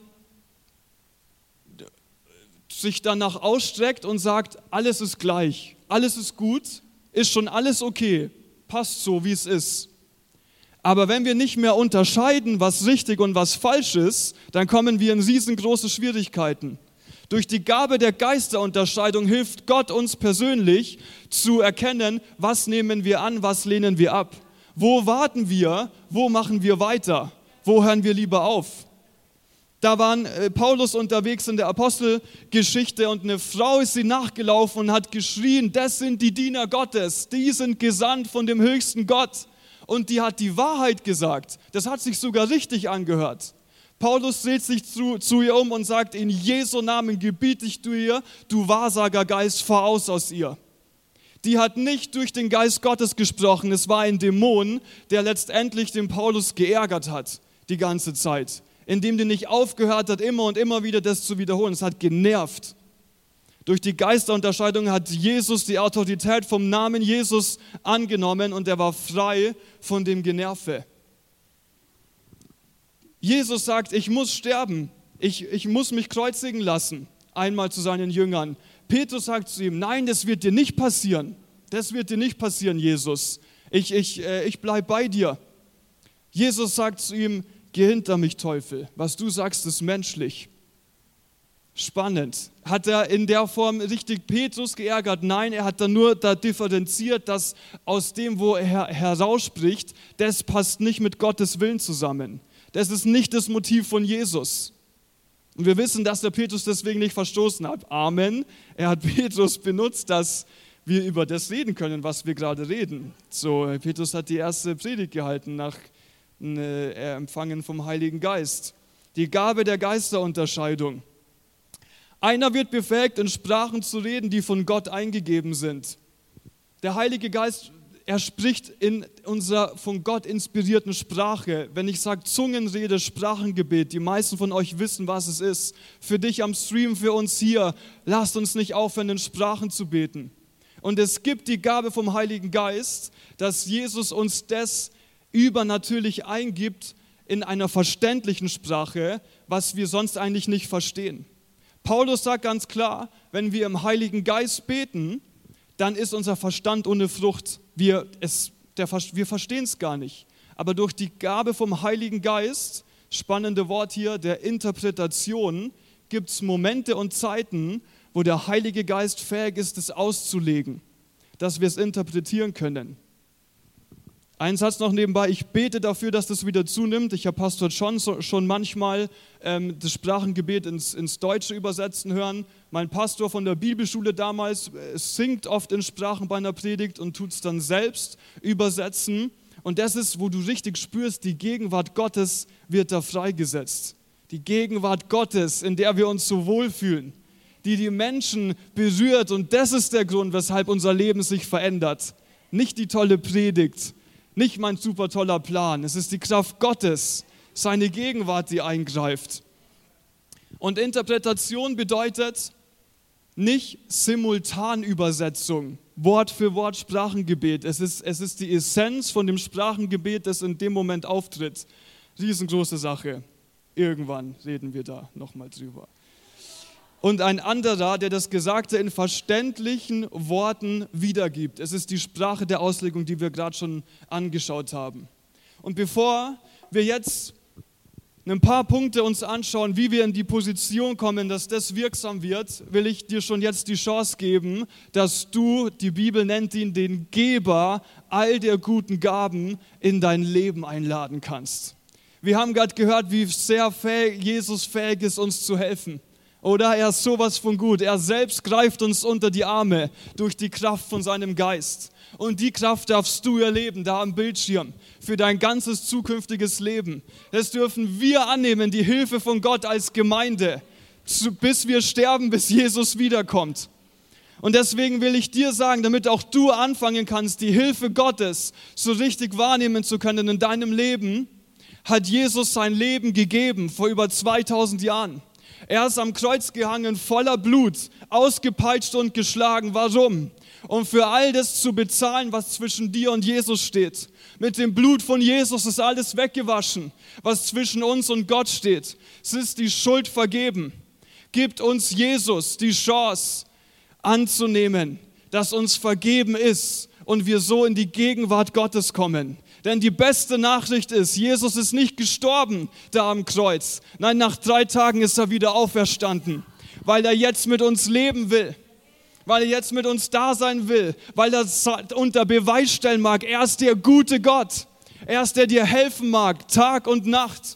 sich danach ausstreckt und sagt, alles ist gleich, alles ist gut, ist schon alles okay. Passt so, wie es ist. Aber wenn wir nicht mehr unterscheiden, was richtig und was falsch ist, dann kommen wir in riesengroße Schwierigkeiten. Durch die Gabe der Geisterunterscheidung hilft Gott uns persönlich zu erkennen, was nehmen wir an, was lehnen wir ab. Wo warten wir, wo machen wir weiter, wo hören wir lieber auf. Da waren Paulus unterwegs in der Apostelgeschichte und eine Frau ist sie nachgelaufen und hat geschrien, das sind die Diener Gottes, die sind gesandt von dem höchsten Gott. Und die hat die Wahrheit gesagt. Das hat sich sogar richtig angehört. Paulus dreht sich zu, zu ihr um und sagt, in Jesu Namen gebiete ich dir, du Wahrsagergeist, fahr aus aus ihr. Die hat nicht durch den Geist Gottes gesprochen, es war ein Dämon, der letztendlich den Paulus geärgert hat, die ganze Zeit. Indem die nicht aufgehört hat, immer und immer wieder das zu wiederholen. Es hat genervt. Durch die Geisterunterscheidung hat Jesus die Autorität vom Namen Jesus angenommen und er war frei von dem Generve. Jesus sagt, ich muss sterben, ich, ich muss mich kreuzigen lassen, einmal zu seinen Jüngern. Petrus sagt zu ihm, nein, das wird dir nicht passieren. Das wird dir nicht passieren, Jesus. Ich, ich, äh, ich bleib bei dir. Jesus sagt zu ihm, geh hinter mich, Teufel. Was du sagst, ist menschlich. Spannend. Hat er in der Form richtig Petrus geärgert? Nein, er hat dann nur da differenziert, dass aus dem, wo er herausspricht, das passt nicht mit Gottes Willen zusammen. Das ist nicht das Motiv von Jesus. Und wir wissen, dass der Petrus deswegen nicht verstoßen hat. Amen. Er hat Petrus benutzt, dass wir über das reden können, was wir gerade reden. So, Petrus hat die erste Predigt gehalten nach äh, Empfangen vom Heiligen Geist. Die Gabe der Geisterunterscheidung. Einer wird befähigt, in Sprachen zu reden, die von Gott eingegeben sind. Der Heilige Geist, er spricht in unserer von Gott inspirierten Sprache. Wenn ich sage Zungenrede, Sprachengebet, die meisten von euch wissen, was es ist. Für dich am Stream, für uns hier, lasst uns nicht aufhören, in Sprachen zu beten. Und es gibt die Gabe vom Heiligen Geist, dass Jesus uns das übernatürlich eingibt in einer verständlichen Sprache, was wir sonst eigentlich nicht verstehen. Paulus sagt ganz klar, wenn wir im Heiligen Geist beten, dann ist unser Verstand ohne Frucht. Wir, es, der, wir verstehen es gar nicht. Aber durch die Gabe vom Heiligen Geist, spannende Wort hier, der Interpretation, gibt es Momente und Zeiten, wo der Heilige Geist fähig ist, es auszulegen, dass wir es interpretieren können. Ein Satz noch nebenbei, ich bete dafür, dass das wieder zunimmt. Ich habe Pastor John schon manchmal ähm, das Sprachengebet ins, ins Deutsche übersetzen hören. Mein Pastor von der Bibelschule damals äh, singt oft in Sprachen bei einer Predigt und tut es dann selbst übersetzen. Und das ist, wo du richtig spürst, die Gegenwart Gottes wird da freigesetzt. Die Gegenwart Gottes, in der wir uns so wohlfühlen, die die Menschen berührt. Und das ist der Grund, weshalb unser Leben sich verändert. Nicht die tolle Predigt, nicht mein super toller Plan. Es ist die Kraft Gottes, seine Gegenwart, die eingreift. Und Interpretation bedeutet nicht Simultanübersetzung, Wort für Wort Sprachengebet. Es ist, es ist die Essenz von dem Sprachengebet, das in dem Moment auftritt. Riesengroße Sache. Irgendwann reden wir da nochmal drüber. Und ein anderer, der das Gesagte in verständlichen Worten wiedergibt. Es ist die Sprache der Auslegung, die wir gerade schon angeschaut haben. Und bevor wir jetzt ein paar Punkte uns anschauen, wie wir in die Position kommen, dass das wirksam wird, will ich dir schon jetzt die Chance geben, dass du, die Bibel nennt ihn den Geber all der guten Gaben, in dein Leben einladen kannst. Wir haben gerade gehört, wie sehr fähig Jesus fähig ist, uns zu helfen. Oder er ist sowas von gut. Er selbst greift uns unter die Arme durch die Kraft von seinem Geist. Und die Kraft darfst du erleben, da am Bildschirm, für dein ganzes zukünftiges Leben. Das dürfen wir annehmen, die Hilfe von Gott als Gemeinde, bis wir sterben, bis Jesus wiederkommt. Und deswegen will ich dir sagen, damit auch du anfangen kannst, die Hilfe Gottes so richtig wahrnehmen zu können in deinem Leben, hat Jesus sein Leben gegeben vor über zweitausend Jahren. Er ist am Kreuz gehangen, voller Blut, ausgepeitscht und geschlagen. Warum? Um für all das zu bezahlen, was zwischen dir und Jesus steht. Mit dem Blut von Jesus ist alles weggewaschen, was zwischen uns und Gott steht. Es ist die Schuld vergeben. Gibt uns Jesus die Chance anzunehmen, dass uns vergeben ist und wir so in die Gegenwart Gottes kommen. Denn die beste Nachricht ist, Jesus ist nicht gestorben da am Kreuz. Nein, nach drei Tagen ist er wieder auferstanden, weil er jetzt mit uns leben will, weil er jetzt mit uns da sein will, weil er unter Beweis stellen mag, er ist der gute Gott, er ist der dir helfen mag, Tag und Nacht.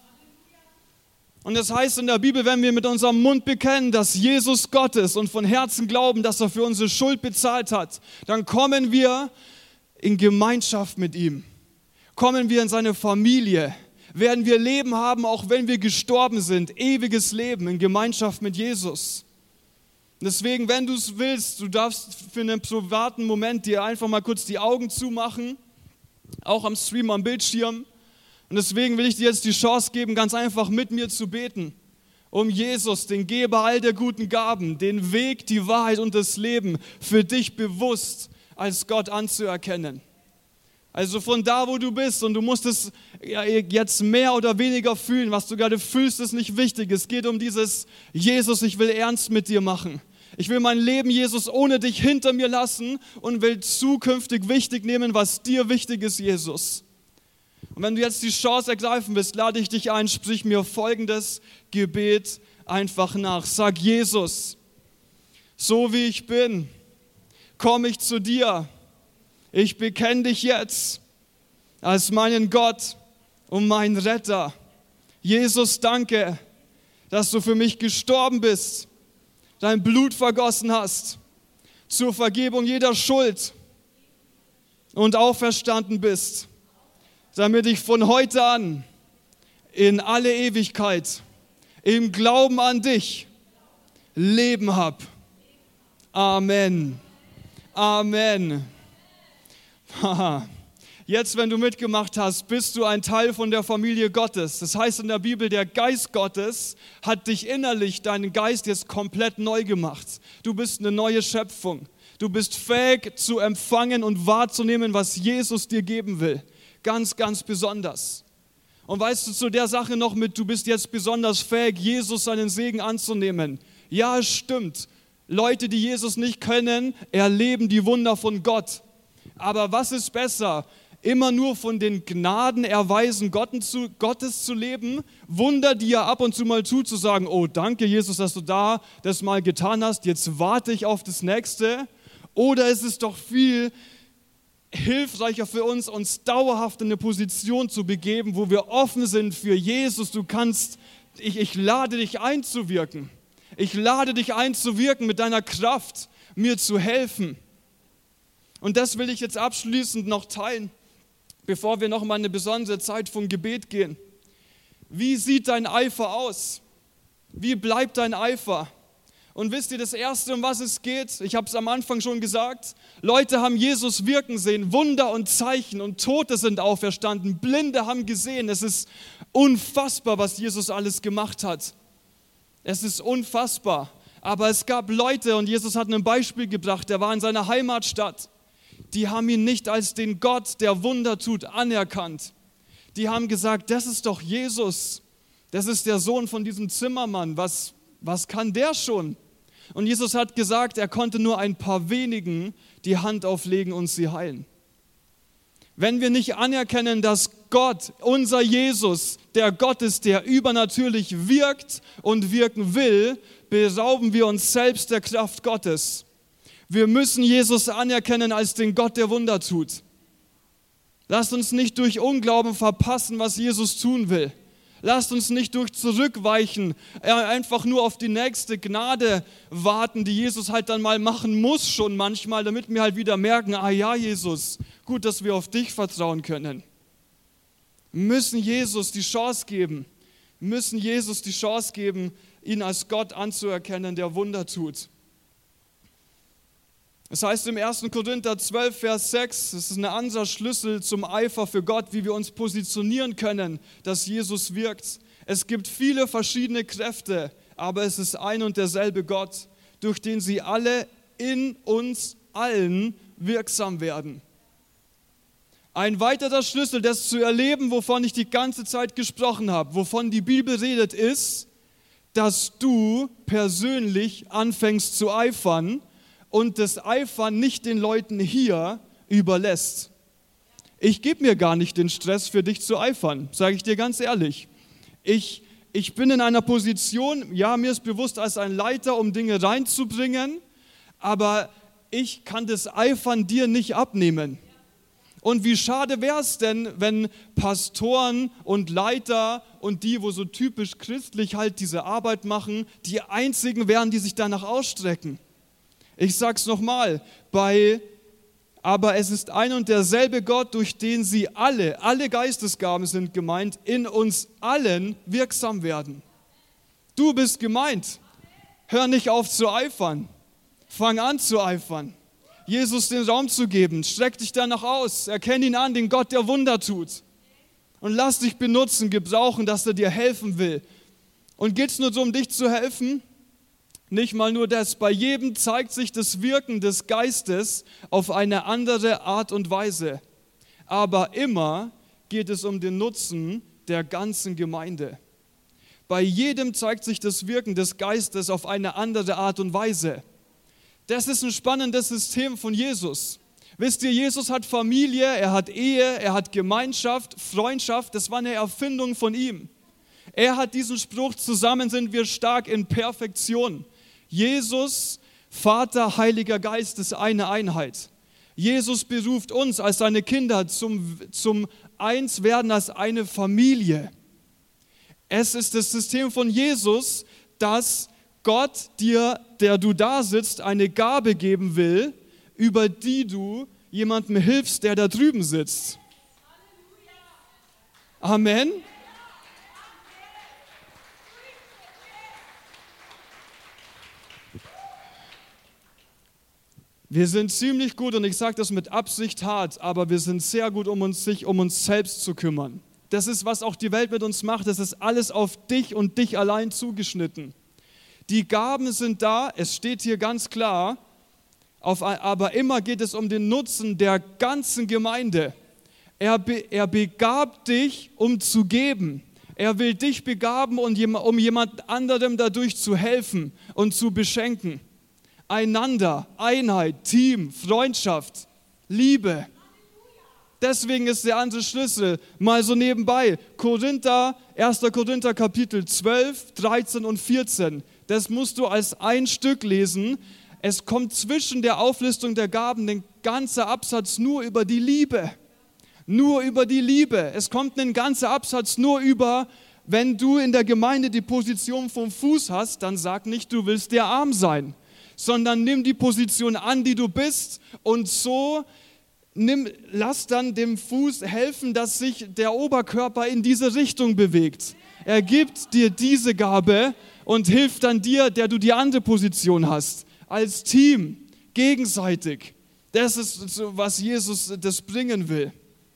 Und das heißt in der Bibel, wenn wir mit unserem Mund bekennen, dass Jesus Gott ist und von Herzen glauben, dass er für unsere Schuld bezahlt hat, dann kommen wir in Gemeinschaft mit ihm. Kommen wir in seine Familie, werden wir Leben haben, auch wenn wir gestorben sind, ewiges Leben in Gemeinschaft mit Jesus. Deswegen, wenn du es willst, du darfst für einen privaten Moment dir einfach mal kurz die Augen zumachen, auch am Stream, am Bildschirm. Und deswegen will ich dir jetzt die Chance geben, ganz einfach mit mir zu beten, um Jesus, den Geber all der guten Gaben, den Weg, die Wahrheit und das Leben für dich bewusst als Gott anzuerkennen. Also von da, wo du bist, und du musst es jetzt mehr oder weniger fühlen, was du gerade fühlst, ist nicht wichtig. Es geht um dieses, Jesus, ich will ernst mit dir machen. Ich will mein Leben, Jesus, ohne dich hinter mir lassen und will zukünftig wichtig nehmen, was dir wichtig ist, Jesus. Und wenn du jetzt die Chance ergreifen willst, lade ich dich ein, sprich mir folgendes Gebet einfach nach. Sag, Jesus, so wie ich bin, komme ich zu dir. Ich bekenne dich jetzt als meinen Gott und meinen Retter. Jesus, danke, dass du für mich gestorben bist, dein Blut vergossen hast, zur Vergebung jeder Schuld und auferstanden bist, damit ich von heute an in alle Ewigkeit im Glauben an dich Leben habe. Amen. Amen. Haha. Jetzt, wenn du mitgemacht hast, bist du ein Teil von der Familie Gottes. Das heißt in der Bibel, der Geist Gottes hat dich innerlich, deinen Geist jetzt komplett neu gemacht. Du bist eine neue Schöpfung. Du bist fähig zu empfangen und wahrzunehmen, was Jesus dir geben will. Ganz, ganz besonders. Und weißt du, zu der Sache noch mit, du bist jetzt besonders fähig, Jesus seinen Segen anzunehmen. Ja, es stimmt. Leute, die Jesus nicht können, erleben die Wunder von Gott. Aber was ist besser? Immer nur von den Gnadenerweisen Gottes zu leben, Wunder, die er ab und zu mal tut, zu sagen, oh danke Jesus, dass du da das mal getan hast, jetzt warte ich auf das Nächste. Oder ist es doch viel hilfreicher für uns, uns dauerhaft in eine Position zu begeben, wo wir offen sind für Jesus. Du kannst, ich, ich lade dich einzuwirken. Ich lade dich einzuwirken mit deiner Kraft, mir zu helfen. Und das will ich jetzt abschließend noch teilen, bevor wir noch mal eine besondere Zeit vom Gebet gehen. Wie sieht dein Eifer aus? Wie bleibt dein Eifer? Und wisst ihr, das Erste, um was es geht, ich habe es am Anfang schon gesagt, Leute haben Jesus wirken sehen, Wunder und Zeichen und Tote sind auferstanden, Blinde haben gesehen. Es ist unfassbar, was Jesus alles gemacht hat. Es ist unfassbar. Aber es gab Leute, und Jesus hat ein Beispiel gebracht, der war in seiner Heimatstadt. Die haben ihn nicht als den Gott, der Wunder tut, anerkannt. Die haben gesagt, das ist doch Jesus. Das ist der Sohn von diesem Zimmermann. Was, was kann der schon? Und Jesus hat gesagt, er konnte nur ein paar wenigen die Hand auflegen und sie heilen. Wenn wir nicht anerkennen, dass Gott, unser Jesus, der Gott ist, der übernatürlich wirkt und wirken will, berauben wir uns selbst der Kraft Gottes. Wir müssen Jesus anerkennen als den Gott, der Wunder tut. Lasst uns nicht durch Unglauben verpassen, was Jesus tun will. Lasst uns nicht durch Zurückweichen, einfach nur auf die nächste Gnade warten, die Jesus halt dann mal machen muss schon manchmal, damit wir halt wieder merken, ah ja Jesus, gut, dass wir auf dich vertrauen können. Wir müssen Jesus die Chance geben, wir müssen Jesus die Chance geben, ihn als Gott anzuerkennen, der Wunder tut. Es heißt im ersten Korinther zwölf, Vers sechs, das ist ein anderer Schlüssel zum Eifer für Gott, wie wir uns positionieren können, dass Jesus wirkt. Es gibt viele verschiedene Kräfte, aber es ist ein und derselbe Gott, durch den sie alle in uns allen wirksam werden. Ein weiterer Schlüssel, das zu erleben, wovon ich die ganze Zeit gesprochen habe, wovon die Bibel redet, ist, dass du persönlich anfängst zu eifern, und das Eifern nicht den Leuten hier überlässt. Ich gebe mir gar nicht den Stress, für dich zu eifern, sage ich dir ganz ehrlich. Ich, ich bin in einer Position, ja, mir ist bewusst als ein Leiter, um Dinge reinzubringen, aber ich kann das Eifern dir nicht abnehmen. Und wie schade wäre es denn, wenn Pastoren und Leiter und die, wo so typisch christlich halt diese Arbeit machen, die einzigen wären, die sich danach ausstrecken. Ich sage es nochmal, bei, aber es ist ein und derselbe Gott, durch den sie alle, alle Geistesgaben sind gemeint, in uns allen wirksam werden. Du bist gemeint. Hör nicht auf zu eifern. Fang an zu eifern. Jesus den Raum zu geben. Streck dich danach aus. Erkenn ihn an, den Gott, der Wunder tut. Und lass dich benutzen, gebrauchen, dass er dir helfen will. Und geht es nur so, um dich zu helfen? Nicht mal nur das, bei jedem zeigt sich das Wirken des Geistes auf eine andere Art und Weise. Aber immer geht es um den Nutzen der ganzen Gemeinde. Bei jedem zeigt sich das Wirken des Geistes auf eine andere Art und Weise. Das ist ein spannendes System von Jesus. Wisst ihr, Jesus hat Familie, er hat Ehe, er hat Gemeinschaft, Freundschaft, das war eine Erfindung von ihm. Er hat diesen Spruch, zusammen sind wir stark in Perfektion. Jesus, Vater, Heiliger Geist ist eine Einheit. Jesus beruft uns als seine Kinder zum, zum Einswerden als eine Familie. Es ist das System von Jesus, dass Gott dir, der du da sitzt, eine Gabe geben will, über die du jemandem hilfst, der da drüben sitzt. Amen. Wir sind ziemlich gut, und ich sage das mit Absicht hart, aber wir sind sehr gut, um uns, sich um uns selbst zu kümmern. Das ist, was auch die Welt mit uns macht. Das ist alles auf dich und dich allein zugeschnitten. Die Gaben sind da, es steht hier ganz klar, auf, aber immer geht es um den Nutzen der ganzen Gemeinde. Er, be, er begabt dich, um zu geben. Er will dich begaben, um jemand anderem dadurch zu helfen und zu beschenken. Einander, Einheit, Team, Freundschaft, Liebe. Deswegen ist der andere Schlüssel mal so nebenbei. Korinther, erster Korinther Kapitel zwölf, dreizehn und vierzehn. Das musst du als ein Stück lesen. Es kommt zwischen der Auflistung der Gaben ein ganzer Absatz nur über die Liebe. Nur über die Liebe. Es kommt ein ganzer Absatz nur über, wenn du in der Gemeinde die Position vom Fuß hast, dann sag nicht, du willst der Arm sein, sondern nimm die Position an, die du bist, und so nimm, lass dann dem Fuß helfen, dass sich der Oberkörper in diese Richtung bewegt. Er gibt dir diese Gabe und hilft dann dir, der du die andere Position hast, als Team, gegenseitig. Das ist so, was Jesus das bringen will.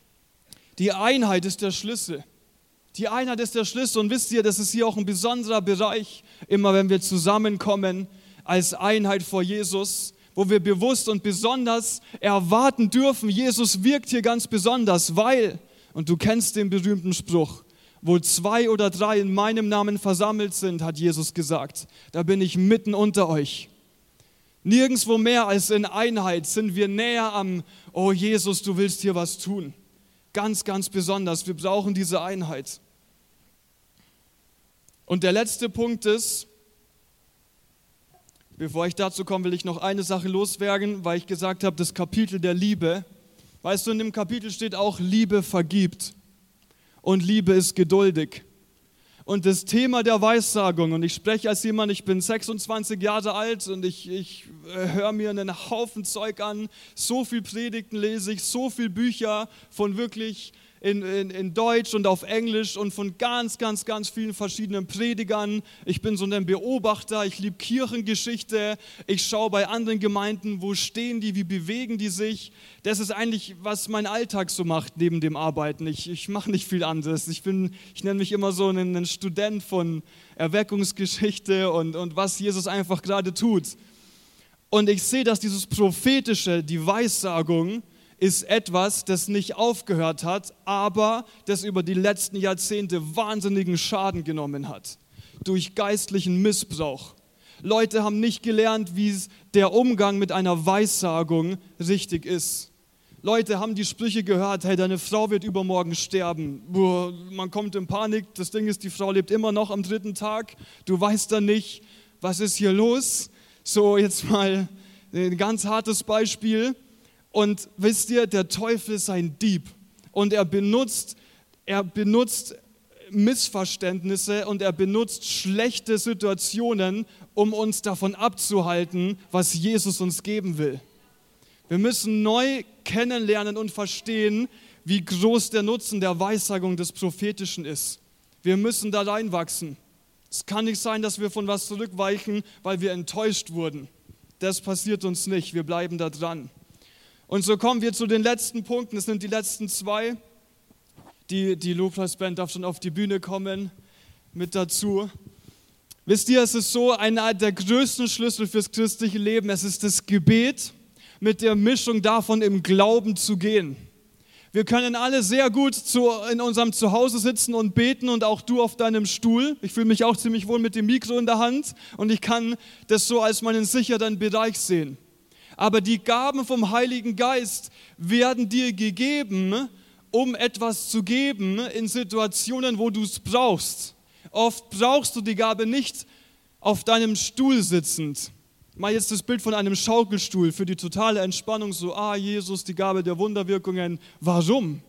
Die Einheit ist der Schlüssel. Die Einheit ist der Schlüssel, und wisst ihr, das ist hier auch ein besonderer Bereich, immer wenn wir zusammenkommen als Einheit vor Jesus, wo wir bewusst und besonders erwarten dürfen, Jesus wirkt hier ganz besonders, weil, und du kennst den berühmten Spruch, wo zwei oder drei in meinem Namen versammelt sind, hat Jesus gesagt, da bin ich mitten unter euch. Nirgendwo mehr als in Einheit sind wir näher am, oh Jesus, du willst hier was tun. Ganz, ganz besonders, wir brauchen diese Einheit. Und der letzte Punkt ist, bevor ich dazu komme, will ich noch eine Sache loswerden, weil ich gesagt habe, das Kapitel der Liebe. Weißt du, in dem Kapitel steht auch, Liebe vergibt und Liebe ist geduldig. Und das Thema der Weissagung, und ich spreche als jemand, ich bin sechsundzwanzig Jahre alt und ich, ich höre mir einen Haufen Zeug an, so viel Predigten lese ich, so viele Bücher von wirklich in, in, in Deutsch und auf Englisch und von ganz, ganz, ganz vielen verschiedenen Predigern. Ich bin so ein Beobachter, ich liebe Kirchengeschichte, ich schaue bei anderen Gemeinden, wo stehen die, wie bewegen die sich. Das ist eigentlich, was mein Alltag so macht neben dem Arbeiten. Ich, ich mache nicht viel anderes. Ich, bin, ich nenne mich immer so einen, einen Student von Erweckungsgeschichte und, und was Jesus einfach gerade tut. Und ich sehe, dass dieses Prophetische, die Weissagung, ist etwas, das nicht aufgehört hat, aber das über die letzten Jahrzehnte wahnsinnigen Schaden genommen hat. Durch geistlichen Missbrauch. Leute haben nicht gelernt, wie der Umgang mit einer Weissagung richtig ist. Leute haben die Sprüche gehört, hey, deine Frau wird übermorgen sterben. Boah, man kommt in Panik, das Ding ist, die Frau lebt immer noch am dritten Tag. Du weißt dann nicht, was ist hier los? So, jetzt mal ein ganz hartes Beispiel. Und wisst ihr, der Teufel ist ein Dieb und er benutzt, er benutzt Missverständnisse und er benutzt schlechte Situationen, um uns davon abzuhalten, was Jesus uns geben will. Wir müssen neu kennenlernen und verstehen, wie groß der Nutzen der Weissagung des Prophetischen ist. Wir müssen da reinwachsen. Es kann nicht sein, dass wir von was zurückweichen, weil wir enttäuscht wurden. Das passiert uns nicht, wir bleiben da dran. Und so kommen wir zu den letzten Punkten, das sind die letzten zwei. Die, die Lobpreisband darf schon auf die Bühne kommen, mit dazu. Wisst ihr, es ist so, einer der größten Schlüssel fürs christliche Leben, es ist das Gebet mit der Mischung davon, im Glauben zu gehen. Wir können alle sehr gut zu, in unserem Zuhause sitzen und beten und auch du auf deinem Stuhl. Ich fühle mich auch ziemlich wohl mit dem Mikro in der Hand und ich kann das so als meinen sicheren Bereich sehen. Aber die Gaben vom Heiligen Geist werden dir gegeben, um etwas zu geben in Situationen, wo du es brauchst. Oft brauchst du die Gabe nicht auf deinem Stuhl sitzend. Mal jetzt das Bild von einem Schaukelstuhl für die totale Entspannung, so, ah, Jesus, die Gabe der Wunderwirkungen. Warum?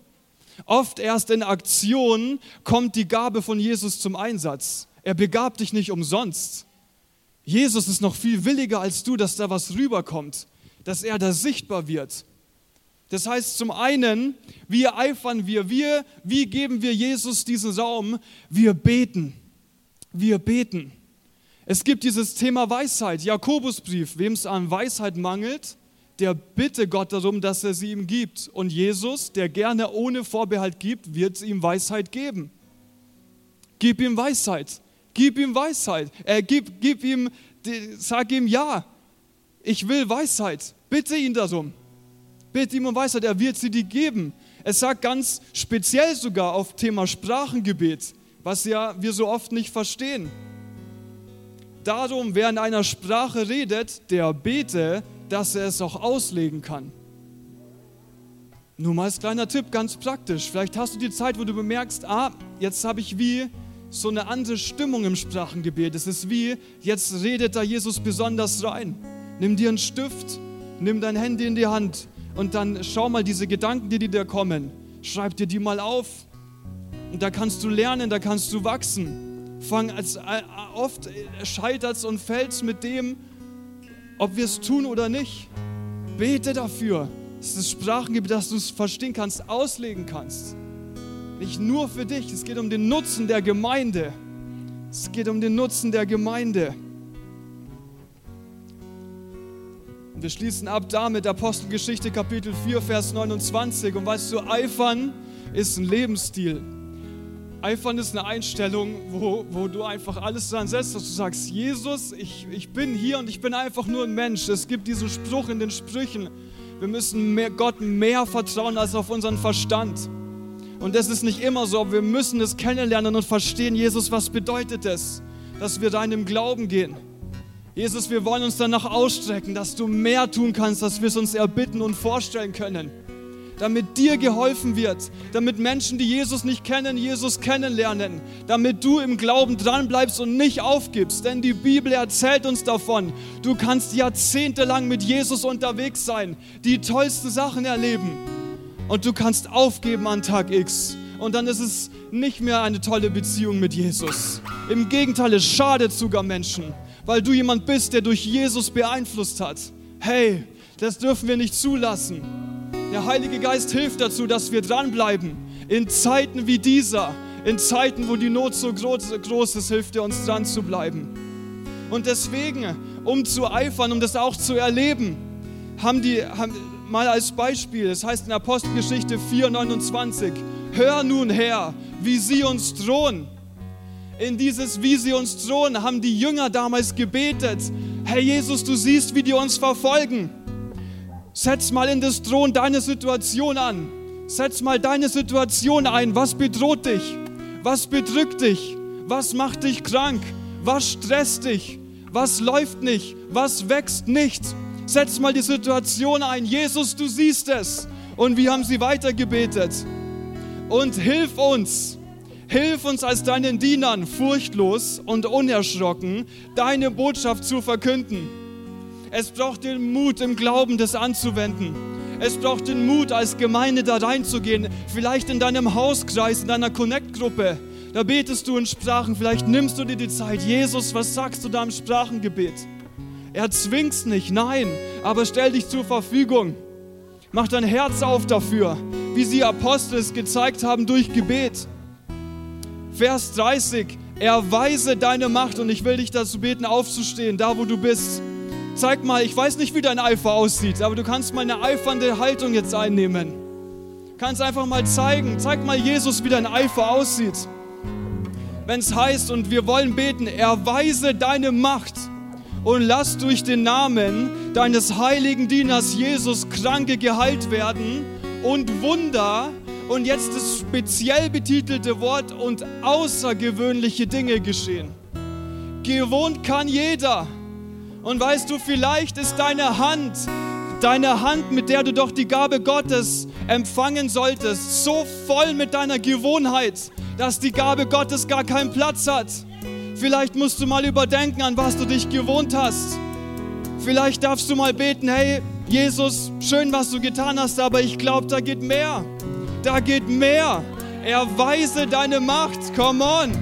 Oft erst in Aktion kommt die Gabe von Jesus zum Einsatz. Er begabt dich nicht umsonst. Jesus ist noch viel williger als du, dass da was rüberkommt, dass er da sichtbar wird. Das heißt, zum einen, wie eifern wir, wir, wie geben wir Jesus diesen Raum? Wir beten, wir beten. Es gibt dieses Thema Weisheit, Jakobusbrief, wem es an Weisheit mangelt, der bitte Gott darum, dass er sie ihm gibt. Und Jesus, der gerne ohne Vorbehalt gibt, wird ihm Weisheit geben. Gib ihm Weisheit, gib ihm Weisheit. Äh, gib, gib ihm, sag ihm ja, ich will Weisheit, bitte ihn darum. Bitte ihm um Weisheit, er wird sie dir geben. Es sagt ganz speziell sogar auf Thema Sprachengebet, was ja wir so oft nicht verstehen. Darum, wer in einer Sprache redet, der bete, dass er es auch auslegen kann. Nur mal als kleiner Tipp, ganz praktisch. Vielleicht hast du die Zeit, wo du bemerkst, ah, jetzt habe ich wie so eine andere Stimmung im Sprachengebet. Es ist wie, jetzt redet da Jesus besonders rein. Nimm dir einen Stift, nimm dein Handy in die Hand und dann schau mal diese Gedanken, die dir kommen. Schreib dir die mal auf. Und da kannst du lernen, da kannst du wachsen. Fang als, oft scheitert es und fällt es mit dem, ob wir es tun oder nicht. Bete dafür. Es ist das Sprachengebet, dass du es verstehen kannst, auslegen kannst. Nicht nur für dich, es geht um den Nutzen der Gemeinde. Es geht um den Nutzen der Gemeinde. Und wir schließen ab damit Apostelgeschichte Kapitel vier, Vers neunundzwanzig. Und weißt du, Eifern ist ein Lebensstil. Eifern ist eine Einstellung, wo, wo du einfach alles dran setzt, dass du sagst, Jesus, ich, ich bin hier und ich bin einfach nur ein Mensch. Es gibt diesen Spruch in den Sprüchen, wir müssen mehr, Gott mehr vertrauen als auf unseren Verstand. Und das ist nicht immer so, aber wir müssen es kennenlernen und verstehen, Jesus, was bedeutet es, dass wir deinem Glauben gehen. Jesus, wir wollen uns danach ausstrecken, dass du mehr tun kannst, als wir es uns erbitten und vorstellen können. Damit dir geholfen wird, damit Menschen, die Jesus nicht kennen, Jesus kennenlernen, damit du im Glauben dranbleibst und nicht aufgibst, denn die Bibel erzählt uns davon, du kannst jahrzehntelang mit Jesus unterwegs sein, die tollsten Sachen erleben und du kannst aufgeben an Tag X und dann ist es nicht mehr eine tolle Beziehung mit Jesus. Im Gegenteil, es schadet sogar Menschen, weil du jemand bist, der durch Jesus beeinflusst hat. Hey, das dürfen wir nicht zulassen. Der Heilige Geist hilft dazu, dass wir dranbleiben. In Zeiten wie dieser, in Zeiten, wo die Not so groß, groß ist, hilft er uns dran zu bleiben. Und deswegen, um zu eifern, um das auch zu erleben, haben die, haben, mal als Beispiel, das heißt in Apostelgeschichte vier, neunundzwanzig, hör nun her, wie sie uns drohen. In dieses, wie sie uns drohen, haben die Jünger damals gebetet. Herr Jesus, du siehst, wie die uns verfolgen. Setz mal in das Drohen deine Situation an. Setz mal deine Situation ein. Was bedroht dich? Was bedrückt dich? Was macht dich krank? Was stresst dich? Was läuft nicht? Was wächst nicht? Setz mal die Situation ein. Jesus, du siehst es. Und wie haben sie weitergebetet? Und hilf uns. Hilf uns als deinen Dienern, furchtlos und unerschrocken, deine Botschaft zu verkünden. Es braucht den Mut im Glauben, das anzuwenden. Es braucht den Mut, als Gemeinde da reinzugehen. Vielleicht in deinem Hauskreis, in deiner Connect-Gruppe. Da betest du in Sprachen. Vielleicht nimmst du dir die Zeit. Jesus, was sagst du da im Sprachengebet? Er zwingt's nicht, nein. Aber stell dich zur Verfügung. Mach dein Herz auf dafür, wie sie Apostel es gezeigt haben durch Gebet. Vers dreißig. Erweise deine Macht. Und ich will dich dazu beten, aufzustehen, da wo du bist. Zeig mal, ich weiß nicht, wie dein Eifer aussieht, aber du kannst mal eine eifernde Haltung jetzt einnehmen. Du kannst einfach mal zeigen, zeig mal Jesus, wie dein Eifer aussieht. Wenn es heißt, und wir wollen beten, erweise deine Macht und lass durch den Namen deines heiligen Dieners Jesus Kranke geheilt werden und Wunder, und jetzt das speziell betitelte Wort, und außergewöhnliche Dinge geschehen. Gewohnt kann jeder. Und weißt du, vielleicht ist deine Hand, deine Hand, mit der du doch die Gabe Gottes empfangen solltest, so voll mit deiner Gewohnheit, dass die Gabe Gottes gar keinen Platz hat. Vielleicht musst du mal überdenken, an was du dich gewohnt hast. Vielleicht darfst du mal beten, hey Jesus, schön, was du getan hast, aber ich glaube, da geht mehr. Da geht mehr. Erweise deine Macht. Come on.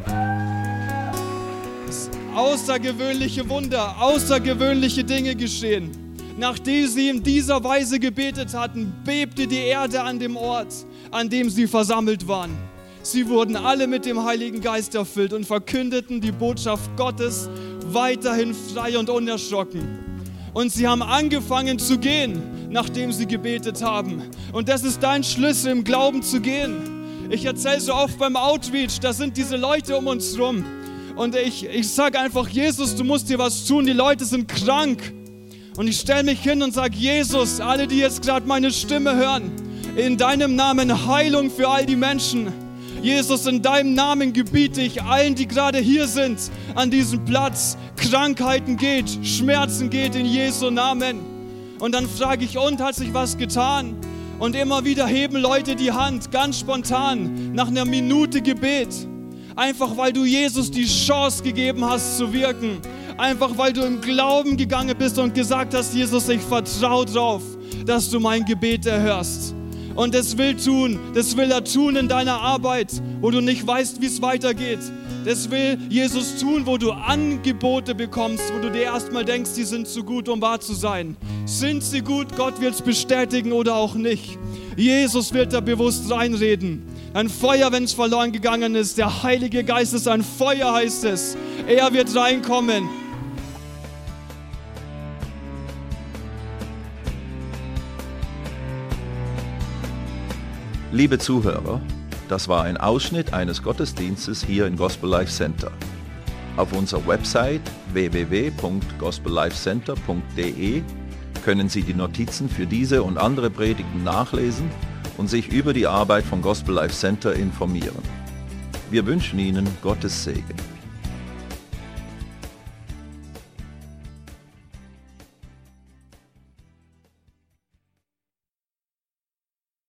Außergewöhnliche Wunder, außergewöhnliche Dinge geschehen. Nachdem sie in dieser Weise gebetet hatten, bebte die Erde an dem Ort, an dem sie versammelt waren. Sie wurden alle mit dem Heiligen Geist erfüllt und verkündeten die Botschaft Gottes weiterhin frei und unerschrocken. Und sie haben angefangen zu gehen, nachdem sie gebetet haben. Und das ist dein Schlüssel, im Glauben zu gehen. Ich erzähle so oft beim Outreach, da sind diese Leute um uns rum. Und ich, ich sage einfach, Jesus, du musst dir was tun, die Leute sind krank. Und ich stelle mich hin und sage, Jesus, alle, die jetzt gerade meine Stimme hören, in deinem Namen Heilung für all die Menschen. Jesus, in deinem Namen gebiete ich allen, die gerade hier sind, an diesem Platz, Krankheiten geht, Schmerzen geht in Jesu Namen. Und dann frage ich, und hat sich was getan? Und immer wieder heben Leute die Hand, ganz spontan, nach einer Minute Gebet. Einfach weil du Jesus die Chance gegeben hast zu wirken. Einfach weil du im Glauben gegangen bist und gesagt hast, Jesus, ich vertraue drauf, dass du mein Gebet erhörst. Und das will tun, das will er tun in deiner Arbeit, wo du nicht weißt, wie es weitergeht. Das will Jesus tun, wo du Angebote bekommst, wo du dir erstmal denkst, die sind zu gut, um wahr zu sein. Sind sie gut? Gott wird es bestätigen oder auch nicht. Jesus wird da bewusst reinreden. Ein Feuer, wenn es verloren gegangen ist. Der Heilige Geist ist ein Feuer, heißt es. Er wird reinkommen. Liebe Zuhörer, das war ein Ausschnitt eines Gottesdienstes hier im Gospel Life Center. Auf unserer Website w w w punkt gospel life center punkt d e können Sie die Notizen für diese und andere Predigten nachlesen und sich über die Arbeit von Gospel Life Center informieren. Wir wünschen Ihnen Gottes Segen.